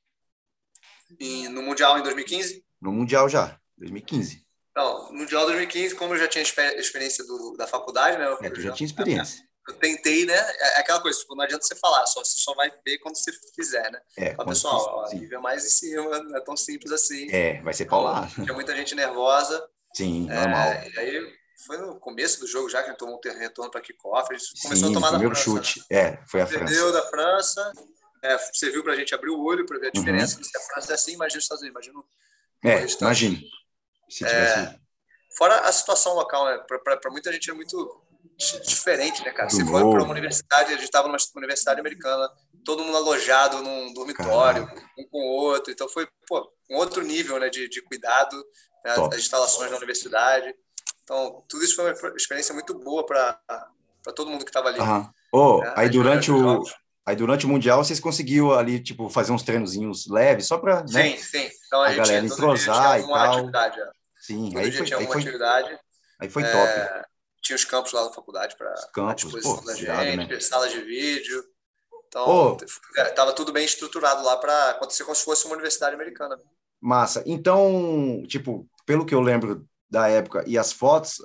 No Mundial em 2015? No Mundial já, 2015. Não, no Mundial 2015, como eu já tinha experiência da faculdade, né? Tu já tinha experiência. Eu tentei, né? É aquela coisa, tipo, não adianta você falar, você só vai ver quando você fizer, né? Pessoal, nível mais em cima, não é tão simples assim. Vai ser paulado. Tinha muita gente nervosa. Sim, normal. E aí foi no começo do jogo já que a gente tomou um retorno para kickoff, a gente começou a tomar da França. Chute. Foi a França. Perdeu da França. Serviu para a gente abrir o olho para ver a diferença. Se a França é assim, imagina os Estados Unidos, imagina. Se tivesse... Fora a situação local, né? Para muita gente é muito diferente, né, cara? Você foi para uma universidade, a gente estava numa universidade americana, todo mundo alojado num dormitório, um com o outro, então foi um outro nível, né, de cuidado, né, as instalações da universidade. Então, tudo isso foi uma experiência muito boa para todo mundo que estava ali. Aí durante o Mundial, vocês conseguiram ali, tipo, fazer uns treinozinhos leves, só para, né? Sim. Então, a galera entrosar e tal. Atividade, Sim, aí foi atividade. Aí foi top. Tinha os campos lá da faculdade para disposição da gente, né? salas de vídeo. Então, estava tudo bem estruturado lá para acontecer como se fosse uma universidade americana. Massa. Então, tipo, pelo que eu lembro da época e as fotos,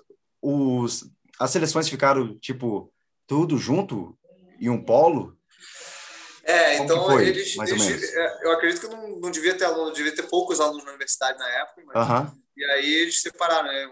as seleções ficaram, tipo, tudo junto em um polo? Então foi, eles eu acredito que não devia ter aluno, devia ter poucos alunos na universidade na época, mas, e aí eles separaram, né,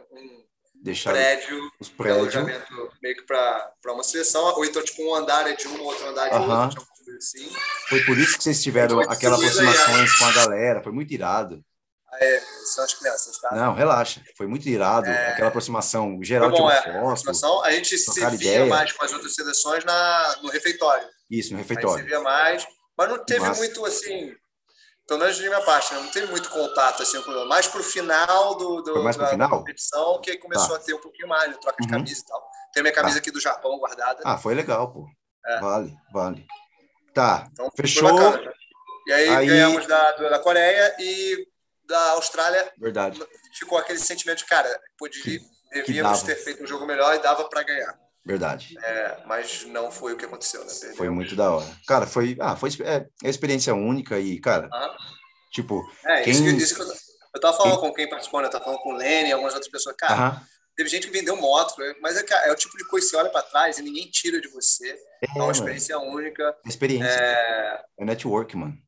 os prédios, alojamento meio que para uma seleção, ou então tipo um andar de um, outro andar de outro, tinha uma coisa assim. Foi por isso que vocês tiveram aquelas aproximações com a galera, foi muito irado. São as crianças, tá? Não, relaxa, foi muito irado, aquela aproximação geral de foto. A gente se via mais com as outras seleções no refeitório. Isso, no refeitório. A gente se via mais, mas não teve muito assim, pelo menos de minha parte, não teve muito contato assim, mais pro final da competição que começou a ter um pouquinho mais, né? Troca de camisa e tal. Tem minha camisa aqui do Japão guardada. Foi legal, pô. Vale. Tá, então, fechou. Foi bacana, e aí ganhamos da Coreia e da Austrália. Verdade. Ficou aquele sentimento de, cara, devíamos ter feito um jogo melhor e dava para ganhar. Verdade. Mas não foi o que aconteceu, né? Foi muito da hora. Cara, foi experiência única e, cara, tipo... Isso que eu tava falando com quem participou, né? Eu tava falando com o Lene e algumas outras pessoas. Cara, teve gente que vendeu moto, mas é o tipo de coisa que você olha para trás e ninguém tira de você. É uma experiência única. Experiência. É network, mano.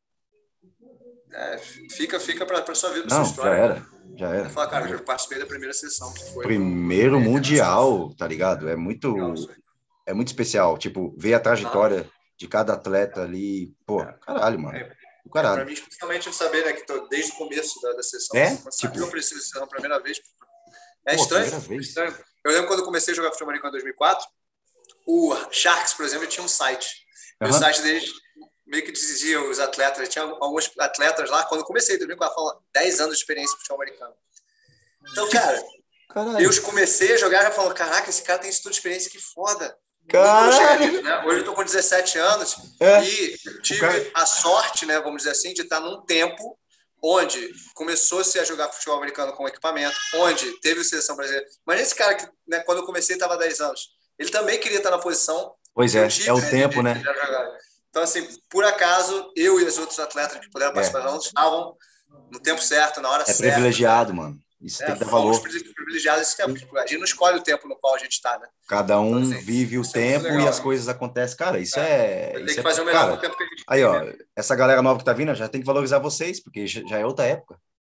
Fica para sua vida, para sua história. Já era. Eu falo, cara, eu participei da primeira sessão que foi. Primeiro mundial, tá ligado? É muito especial. Tipo, ver a trajetória de cada atleta ali. Pô, caralho, mano. Caralho. Pra mim, especialmente, saber, né, que tô desde o começo da sessão. Quando eu preciso sessão a primeira vez. Estranho. Eu lembro quando eu comecei a jogar futebol americano em 2004, o Sharks, por exemplo, tinha um site. O site deles meio que dizia os atletas, tinha alguns atletas lá, quando eu comecei, em 2004, falando 10 anos de experiência no futebol americano. Então, cara, eu comecei a jogar já falando, caraca, esse cara tem isso tudo de experiência, que foda. Caralho! Né? Hoje eu tô com 17 anos e tive a sorte, né, vamos dizer assim, de estar num tempo onde começou-se a jogar futebol americano com equipamento, onde teve a seleção brasileira. Mas esse cara que, né, quando eu comecei, estava 10 anos. Ele também queria estar na posição. Pois é o tempo, né? Então, assim, por acaso, eu e os outros atletas que puderam participar juntos estavam no tempo certo, na hora certa. É privilegiado, mano. Isso tem que dar valor. Somos privilegiados esse tempo. A gente não escolhe o tempo no qual a gente está, né? Cada um então, assim, vive o tempo e as coisas acontecem. Cara, isso tem que fazer o melhor no tempo que a gente tem. Aí, ó, essa galera nova que tá vindo já tem que valorizar vocês, porque já é outra época.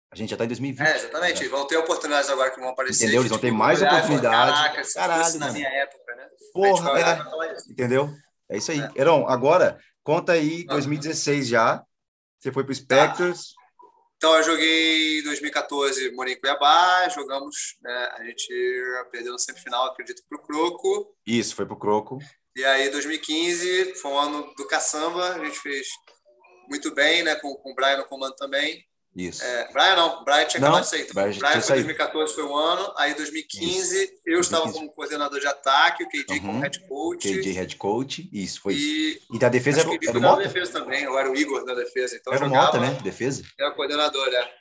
A gente já tá em 2020. Exatamente. Vão ter oportunidades agora que vão aparecer. Entendeu? Eles vão ter mais oportunidade. Caraca, se fosse na minha época, né? Porra, entendeu? É isso aí. Heron, agora, conta aí 2016 já. Você foi pro Spectres. Então, eu joguei em 2014, morei em Cuiabá, jogamos, né? A gente perdeu no semifinal, acredito, pro Croco. Isso, foi pro Croco. E aí, 2015, foi um ano do caçamba, a gente fez muito bem, né? Com o Brian no comando também. Isso. Brian tinha acabado de sair. Então, Brian foi 2014, foi um ano. Aí, 2015, isso. Eu estava como coordenador de ataque, o KJ como head coach. KJ head coach, isso, foi isso. E da defesa era o Mota? Da defesa também, eu era o Igor da defesa. Então era o Mota, né? Defesa. Era o coordenador, né?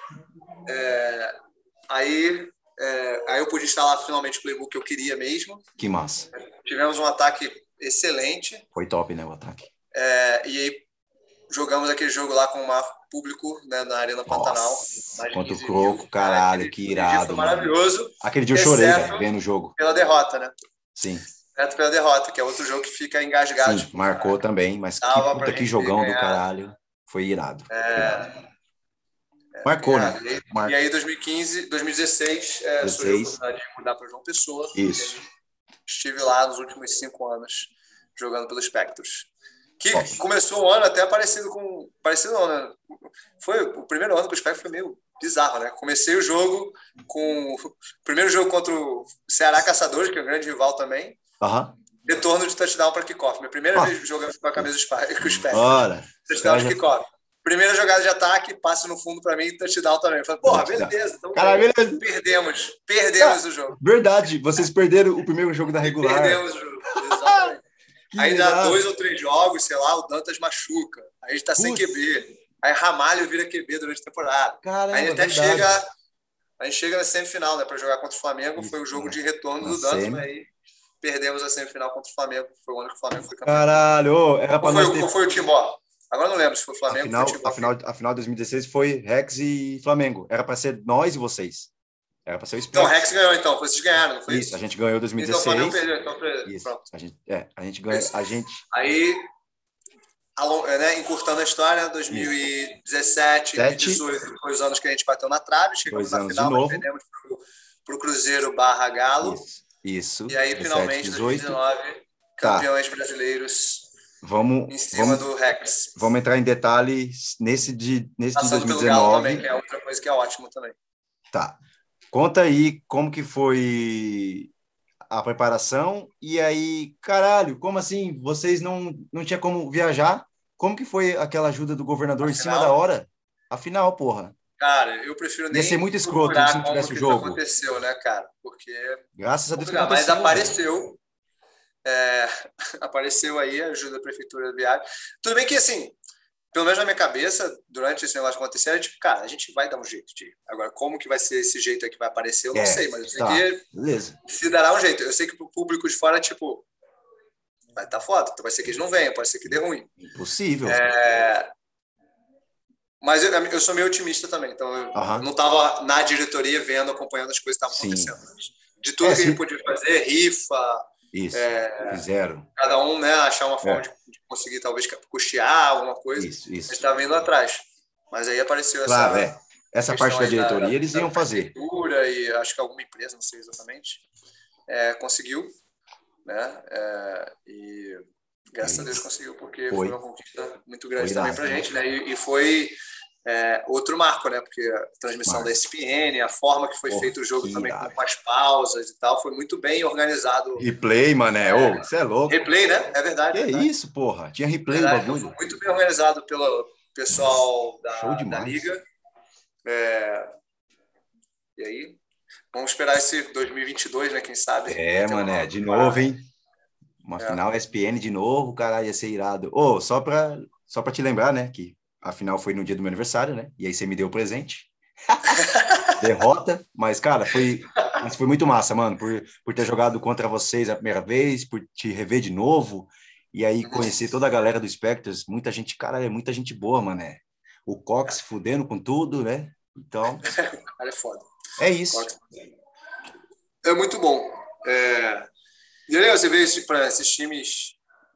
Aí eu pude instalar finalmente o playbook que eu queria mesmo. Que massa. Tivemos um ataque excelente. Foi top, né, o ataque. E aí jogamos aquele jogo lá com o maior público, né, na Arena Pantanal. Contra o Croco, caralho, que irado. Foi maravilhoso. Aquele dia eu chorei, velho, vendo o jogo. Pela derrota, né? Sim. Exceto pela derrota, que é outro jogo que fica engasgado. Sim, tipo, marcou também, mas que puta que jogão do caralho. Foi irado. Marcou, né? E aí, 2016, surgiu a oportunidade de mudar para João Pessoa. Isso. Estive lá nos últimos 5 anos, jogando pelo Spectros. Que começou o ano até parecido não, né? Foi o primeiro ano que o Spectros foi meio bizarro, né? Comecei o jogo com o primeiro jogo contra o Ceará Caçadores, que é um grande rival também. Retorno de touchdown para kickoff. Minha primeira vez jogando com a camisa com o Spectros. Touchdown de kickoff. Primeira jogada de ataque, passe no fundo para mim e touchdown também. Eu falei, porra, beleza. Então, beleza. Perdemos o jogo. Verdade, vocês perderam o primeiro jogo da regular. Perdemos o jogo, exatamente. Aí dá 2 ou 3 jogos, sei lá, o Dantas machuca. Aí a gente tá sem QB. Aí Ramalho vira QB durante a temporada. Caramba, aí até a gente chega na semifinal, né, para jogar contra o Flamengo. Foi o jogo de retorno do Dantas, mas aí perdemos a semifinal contra o Flamengo. Foi o ano que o Flamengo foi campeão. Caralho, era pra nós Qual foi o Timbó? Agora não lembro se foi o Flamengo ou o Flamengo. A final de 2016 foi Rex e Flamengo. Era para ser nós e vocês. Era para ser o Spectres. Então, o Rex ganhou, então. Vocês ganharam, não foi isso? Isso, a gente ganhou em 2016. Então, o Flamengo perdeu. Então, isso. Pronto. A gente ganhou. Aí, né, encurtando a história, 2017, 2018, foi os anos que a gente bateu na trave. Chegamos na final, mas perdemos para o Cruzeiro / Galo. Isso. E aí, 17, finalmente, 2019, campeões brasileiros. Em cima do Rex. Vamos entrar em detalhes nesse de 2019. Pelo Galo também, que é outra coisa que é ótimo também. Tá. Conta aí como que foi a preparação e aí, caralho, como assim? Vocês não tinha como viajar? Como que foi aquela ajuda do governador em cima da hora? Afinal, porra. Cara, eu prefiro nem... Ia ser muito escroto se não tivesse o jogo. Isso aconteceu, né, cara? Porque... Graças a Deus que aconteceu. Mas apareceu... apareceu aí a ajuda da Prefeitura Viária. Tudo bem que, assim, pelo menos na minha cabeça, durante esse negócio acontecer, era tipo, cara, a gente vai dar um jeito de... Agora, como que vai ser esse jeito aí que vai aparecer, eu não sei, mas eu sei que se dará um jeito. Eu sei que pro público de fora, tipo, vai estar foda, então vai ser que eles não venham, pode ser que dê ruim. Impossível. Mas eu sou meio otimista também, então eu não estava na diretoria vendo, acompanhando as coisas que estavam acontecendo. De tudo que a gente podia fazer, rifa... Isso, fizeram. Cada um, né, achar uma forma de conseguir, talvez, custear alguma coisa. Isso. A gente estava indo atrás. Mas aí apareceu essa parte da diretoria, eles iam fazer. E acho que alguma empresa, não sei exatamente, conseguiu. Né? E graças a Deus conseguiu, porque foi uma conquista muito grande também para a gente. Né? E foi... outro marco, né? Porque a transmissão da ESPN, a forma que foi feito o jogo também com as pausas e tal, foi muito bem organizado. Replay, mané. Você é louco. Replay, né? É verdade. Que isso, porra. Tinha replay o bagulho. Foi muito bem organizado pelo pessoal da Liga. E aí, vamos esperar esse 2022, né? Quem sabe? Mané. De novo, hein? Uma final ESPN de novo, cara, ia ser irado. Só pra te lembrar, né? Que afinal foi no dia do meu aniversário, né? E aí você me deu o presente. Derrota, mas, cara, foi muito massa, mano, por ter jogado contra vocês a primeira vez, por te rever de novo, e aí conhecer toda a galera do Spectres, muita gente, cara, é muita gente boa, mané. O Cox fudendo com tudo, né? Então... cara, é foda. É isso. É muito bom. E aí você vê esses times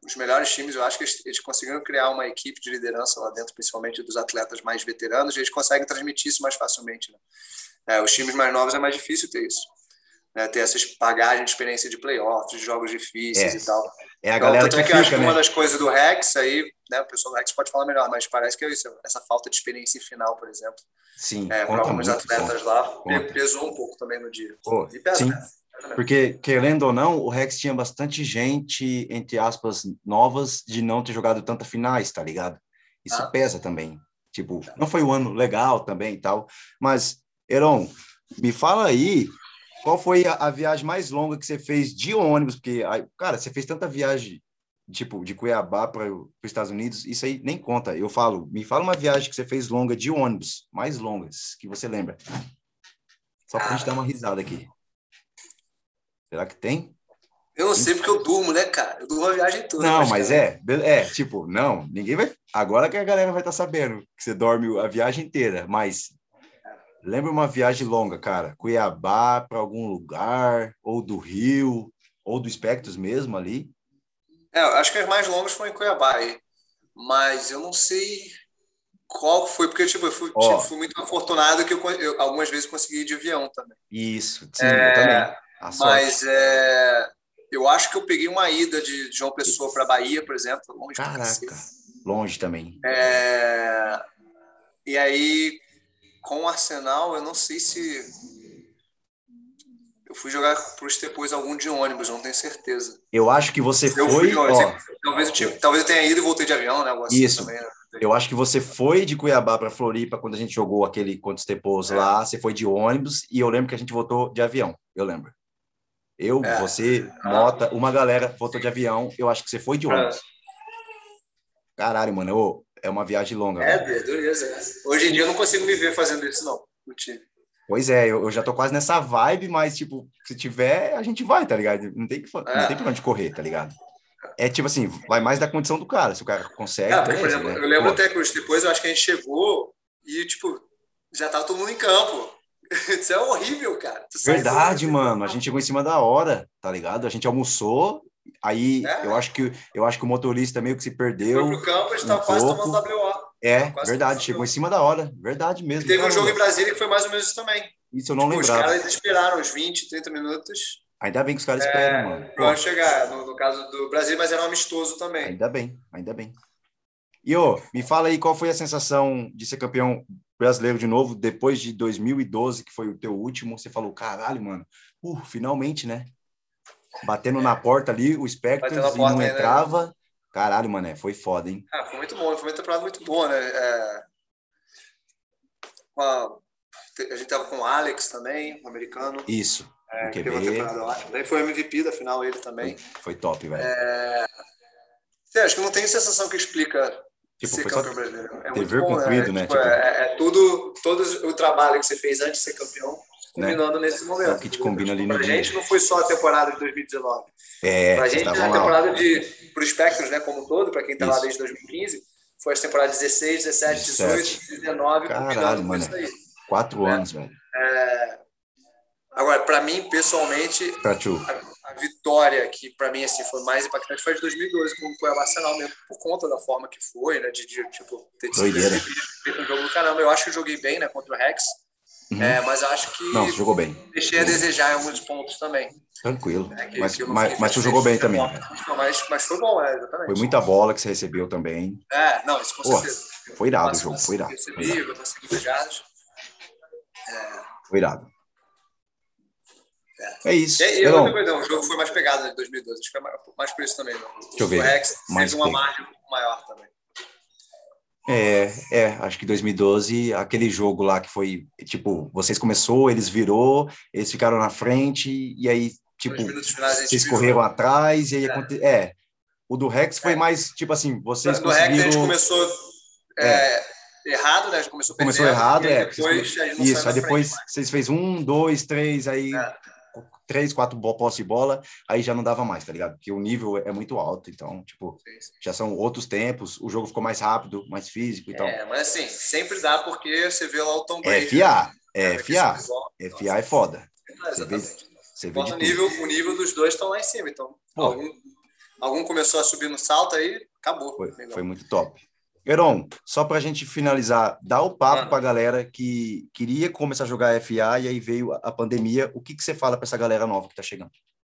os melhores times, eu acho que eles conseguiram criar uma equipe de liderança lá dentro, principalmente dos atletas mais veteranos, e eles conseguem transmitir isso mais facilmente, né? Os times mais novos é mais difícil ter isso, né? Ter essas bagagens de experiência de playoffs, de jogos difíceis e tal. É a Então, galera tanto que é que fica, eu acho que né? uma das coisas do Rex aí, né, o pessoal do Rex pode falar melhor, mas parece que é isso, essa falta de experiência em final, por exemplo, Sim, para conta alguns muito, sim. atletas lá, Conta. pesou um pouco também no dia. Pô, E pesa, sim, né? porque, querendo ou não, o Rex tinha bastante gente, entre aspas, novas, de não ter jogado tanta finais, tá ligado? Isso pesa também. Tipo, não foi um ano legal também e tal, mas, Heron, me fala aí, qual foi a viagem mais longa que você fez de ônibus? Porque, cara, você fez tanta viagem, tipo, de Cuiabá para os Estados Unidos, isso aí nem conta. Eu falo, me fala uma viagem que você fez longa de ônibus, mais longas, que você lembra. Só pra gente dar uma risada aqui. Será que tem? Eu não sei porque eu durmo, né, cara? Eu durmo a viagem toda. Não, mas tipo, não, ninguém vai. Agora que a galera vai estar sabendo que você dorme a viagem inteira, mas lembra uma viagem longa, cara? Cuiabá para algum lugar, ou do Rio, ou do Espectros mesmo ali? Eu acho que as mais longas foram em Cuiabá aí, mas eu não sei qual foi, porque tipo, eu fui muito afortunado que eu algumas vezes consegui ir de avião também. Isso, sim, eu também. A sorte. Mas eu acho que eu peguei uma ida de João Pessoa para Bahia, por exemplo, longe pra Caraca, cacete. longe também. E aí, com o Arsenal, eu não sei se eu fui jogar pros depois algum de ônibus, não tenho certeza. Eu acho que você Eu fui de foi, ônibus. Talvez eu tenha ido e voltei de avião, né? Algo assim isso. também. Né? Eu acho que você foi de Cuiabá para Floripa quando a gente jogou aquele contra os Tepos lá. Você foi de ônibus e eu lembro que a gente voltou de avião. Eu lembro. Eu, você, Mota, uma galera voltou de avião. Eu acho que você foi de ônibus. Caralho, mano. É uma viagem longa, velho. Beleza. Hoje em dia eu não consigo me ver fazendo isso, não. Pois é, eu já tô quase nessa vibe, mas, tipo, se tiver, a gente vai, tá ligado? Não tem pra onde correr, tá ligado? É tipo assim, vai mais da condição do cara. Se o cara consegue, Porque, por beleza, exemplo, né? eu lembro até que depois eu acho que a gente chegou e, tipo, já tava todo mundo em campo. Isso é horrível, cara. Verdade, mano. A gente chegou em cima da hora, tá ligado? A gente almoçou, aí eu acho que o motorista meio que se Foi perdeu pro campo, a gente um tava quase pouco. tomando WO. Verdade, chegou em cima da hora. Verdade E mesmo, teve um jogo caramba. em Brasília que foi mais ou menos isso também. Isso eu não Tipo, os lembrava. caras esperaram uns 20, 30 minutos Ainda bem que os caras esperam, mano. para chegar. No caso do Brasil, mas era um amistoso também. Ainda bem, ainda bem. E, me fala aí qual foi a sensação de ser campeão brasileiro de novo, depois de 2012, que foi o teu último. Você falou, caralho, mano, finalmente, né? Batendo na porta ali, o Spectres, e não entrava. Né? Caralho, mano, foi foda, hein? Foi muito bom, foi uma temporada muito boa, né? A gente tava com o Alex também, o americano. Isso. Que teve uma temporada ótima. Daí foi MVP da final ele também. Foi top, velho. Acho que não tem sensação que explica ser campeão brasileiro. É muito bom, cumprido, né? Todo o trabalho que você fez antes de ser campeão combinando nesse momento. É o que te combina ali no pra dia. gente não foi só a temporada de 2019. Pra gente a temporada pro Spectros, né, como um todo, pra quem tá lá desde 2015, foi as temporadas 16, 17, 18, 19, combinando com isso aí. 4 anos, velho. Agora, para mim, pessoalmente, a vitória que para mim assim foi mais impactante foi a de 2012, como foi a Arsenal mesmo, por conta da forma que foi, né, de tipo ter sido um jogo do caramba. Eu acho que eu joguei bem, né, contra o Rex, mas acho que não, você jogou bem. Deixei a desejar em alguns pontos também. Tranquilo. Mas tu jogou bem também. Mas foi bom, exatamente. Foi muita bola que você recebeu também. Não, isso com certeza. Foi irado o jogo, foi irado. Eu consegui jogadas. Foi irado. É isso. E outra coisa, o jogo foi mais pegado em 2012. Acho que foi mais por isso também. Deixa eu ver. O Rex teve uma margem maior também. Acho que 2012, aquele jogo lá que foi, tipo, vocês começou, eles virou, eles ficaram na frente, e aí, tipo, vocês correram atrás, e aí o do Rex foi mais, tipo assim, vocês conseguiram... No Rex a gente começou errado, né? A gente começou errado, depois, isso, aí depois vocês fez 1, 2, 3, aí 3, 4 posse de bola, aí já não dava mais, tá ligado? Porque o nível é muito alto, então, tipo, já são outros tempos, o jogo ficou mais rápido, mais físico e tal. Mas assim, sempre dá porque você vê lá o Tom Brady. FA é foda. Exatamente. Você vê o nível dos dois estão lá em cima, então algum começou a subir no salto, aí acabou. Foi muito top. Heron, só para a gente finalizar, dá o papo para a galera que queria começar a jogar FA e aí veio a pandemia. O que você fala para essa galera nova que está chegando?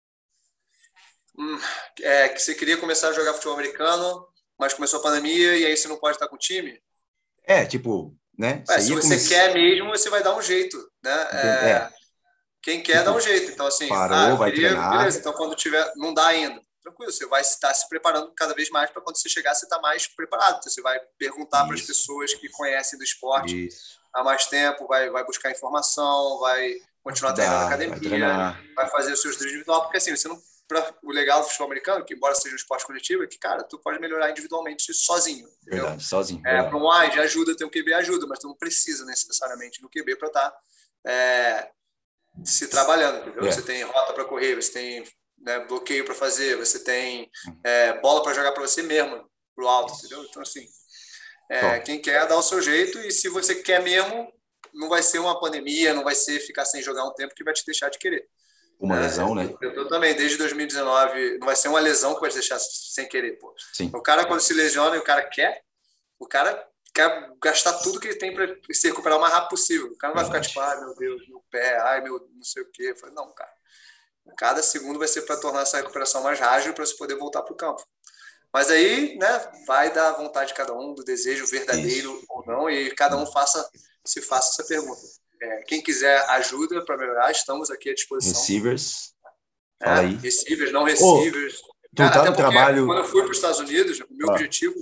Que você queria começar a jogar futebol americano, mas começou a pandemia e aí você não pode estar com o time? Tipo, né? Se você quer mesmo, você vai dar um jeito, né? Quem quer, dá um jeito. Então, assim, parou, vai queria, treinar. beleza, então quando tiver, não dá ainda. Tranquilo, você vai estar se preparando cada vez mais para quando você chegar, você estar mais preparado. Então, você vai perguntar para as pessoas que conhecem do esporte há mais tempo, vai buscar informação, vai continuar treinando na academia, vai fazer os seus treinos individual, porque assim, você não. O legal do futebol americano, que embora seja um esporte coletivo, é que, cara, tu pode melhorar individualmente sozinho. Entendeu? Verdade, sozinho. Para um wide ajuda, ter um QB ajuda, mas tu não precisa necessariamente do QB para estar se trabalhando, entendeu? Você tem rota para correr, você tem bloqueio para fazer, você tem bola para jogar para você mesmo, pro alto, entendeu? Então, assim, quem quer dá o seu jeito, e se você quer mesmo, não vai ser uma pandemia, não vai ser ficar sem jogar um tempo que vai te deixar de querer. Uma lesão, né? Eu também, desde 2019, não vai ser uma lesão que vai te deixar sem querer, pô. Sim. O cara, quando se lesiona e o cara quer gastar tudo que ele tem para se recuperar o mais rápido possível. O cara não vai ficar tipo, ai meu Deus, meu pé, ai meu não sei o quê. Eu falei, não, cara. Cada segundo vai ser para tornar essa recuperação mais ágil para você poder voltar para o campo. Mas aí, né, vai da vontade de cada um, do desejo verdadeiro ou não, e cada um se faça essa pergunta. Quem quiser ajuda para melhorar, estamos aqui à disposição. Receivers. Fala aí. Receivers, não receivers. Cara, até no trabalho. Quando eu fui para os Estados Unidos, o meu objetivo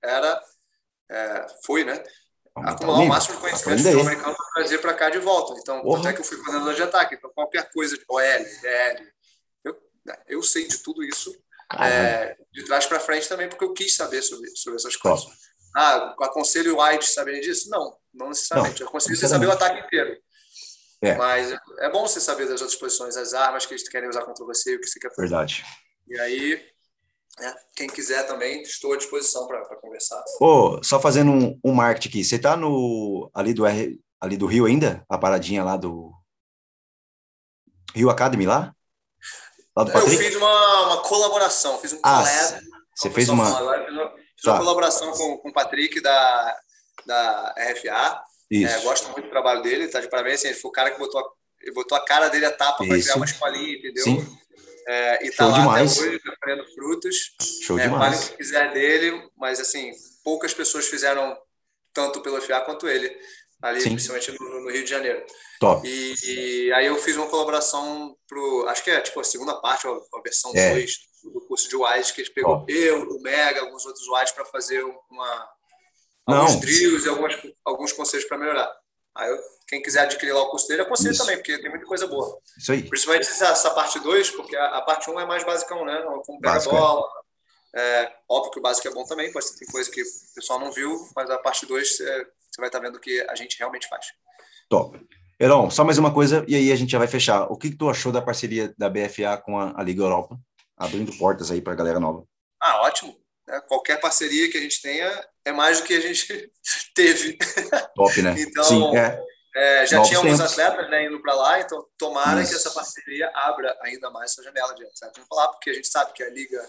foi, né? Acumular o máximo de conhecimento do futebol americano para trazer para cá de volta. Então, até que eu fui coordenador de ataque. Então, qualquer coisa de OL, DL, eu sei de tudo isso de trás para frente também, porque eu quis saber sobre essas coisas. Aconselho o wide saber disso? Não necessariamente. Eu aconselho você saber o ataque inteiro. Mas é bom você saber das outras posições, as armas que eles querem usar contra você, o que você quer fazer. Verdade. E aí, quem quiser também, estou à disposição para conversar. Só fazendo um marketing aqui. Você está ali do Rio ainda? A paradinha lá do Rio Academy lá? Lá do Patrick? Eu fiz uma colaboração, fiz um collab. Você fez uma... Fiz uma colaboração com o Patrick da RFA. Gosto muito do trabalho dele, tá de parabéns. Assim, ele foi o cara que botou a cara dele a tapa para criar uma escolinha, entendeu? Sim. E tá lá demais. Até hoje, aprendendo frutos. Show demais. Vale o que quiser dele, mas assim, poucas pessoas fizeram tanto pelo FA quanto ele, ali, principalmente no Rio de Janeiro. Top. E aí eu fiz uma colaboração acho que é tipo a segunda parte, a versão 2 do curso de WISE, que a gente pegou o Mega, alguns outros WISE para fazer alguns drills e alguns conselhos para melhorar. Aí quem quiser adquirir lá o curso dele, aconselho também, porque tem muita coisa boa. Isso aí. Principalmente essa parte 2, porque a parte 1 é mais basicão, né? Como pega a bola. Óbvio que o básico é bom também, pode ter coisa que o pessoal não viu, mas a parte 2 você vai estar vendo o que a gente realmente faz. Top. Heron, só mais uma coisa e aí a gente já vai fechar. O que tu achou da parceria da BFA com a Liga Europa? Abrindo portas aí para a galera nova. Ótimo. Qualquer parceria que a gente tenha é mais do que a gente teve. Top, né? Então, sim, já tinha alguns atletas indo para lá, então tomara que essa parceria abra ainda mais essa janela de atletas para lá, porque a gente sabe que a liga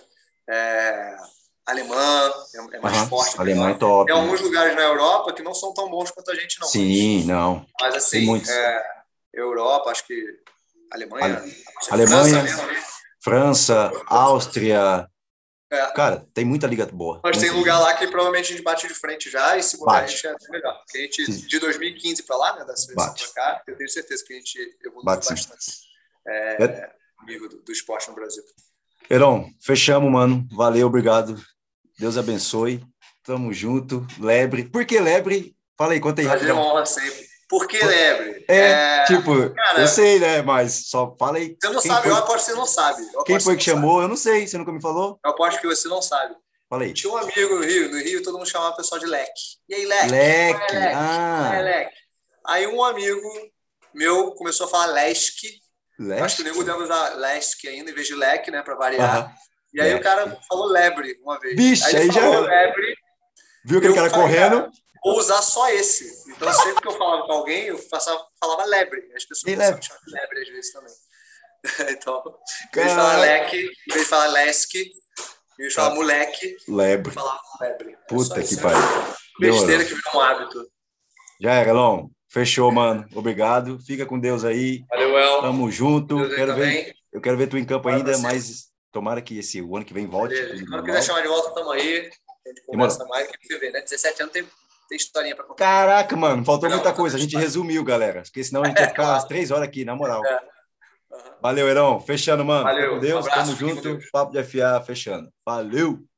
alemã é mais forte. Alemã é top. Tem alguns lugares na Europa que não são tão bons quanto a gente, não. Sim, não. Mas assim, Europa, acho que Alemanha, França, Áustria. Cara, tem muita liga boa. Mas tem lugar lá que provavelmente a gente bate de frente já, e se mudar a gente é melhor. Porque a gente, de 2015 para lá, né, da seleção para cá, eu tenho certeza que a gente evoluiu bastante o nível do esporte no Brasil. Heron, fechamos, mano. Valeu, obrigado. Deus abençoe. Tamo junto. Lebre. Por que lebre? Fala aí, conta aí. Prazer, honra sempre. Por que lebre? Cara, eu sei, né? Mas só fala aí. Você não sabe, eu aposto que você não sabe. Quem foi que chamou? Eu não sei, você nunca me falou? Eu aposto que você não sabe. Fala aí. Tinha um amigo no Rio todo mundo chamava o pessoal de Leque. E aí, Leque? Leque. Leque. Aí um amigo meu começou a falar Leske. Acho que o nego deve usar Leske ainda, em vez de Leque, né? Pra variar. E aí o cara falou lebre uma vez. Vixe, aí já falou lebre. Viu aquele cara correndo? Cara, vou usar só esse. Então, sempre que eu falava com alguém, eu falava lebre. As pessoas começavam a chamar de lebre às vezes também. Então, em vez de falar leque, em vez de falar leske, Me chamava moleque. Lebre. Falava lebre. Puta que pariu. Besteira que virou um hábito. Já é, Galão. Fechou, mano. Obrigado. Fica com Deus aí. Valeu, El. Tamo junto. Eu quero ver tu em campo ainda, mas tomara que o ano que vem volte. Quando quiser chamar de volta, tamo aí. A gente conversa mais. Quer você ver, né? 17 anos tem historinha pra contar. Caraca, mano. Faltou muita coisa. A gente resumiu, galera. Porque senão a gente ia ficar às 3 horas aqui, na moral. Valeu, Heron. Fechando, mano. Valeu. Fica com Deus. Tamo junto. Papo de FA fechando. Valeu.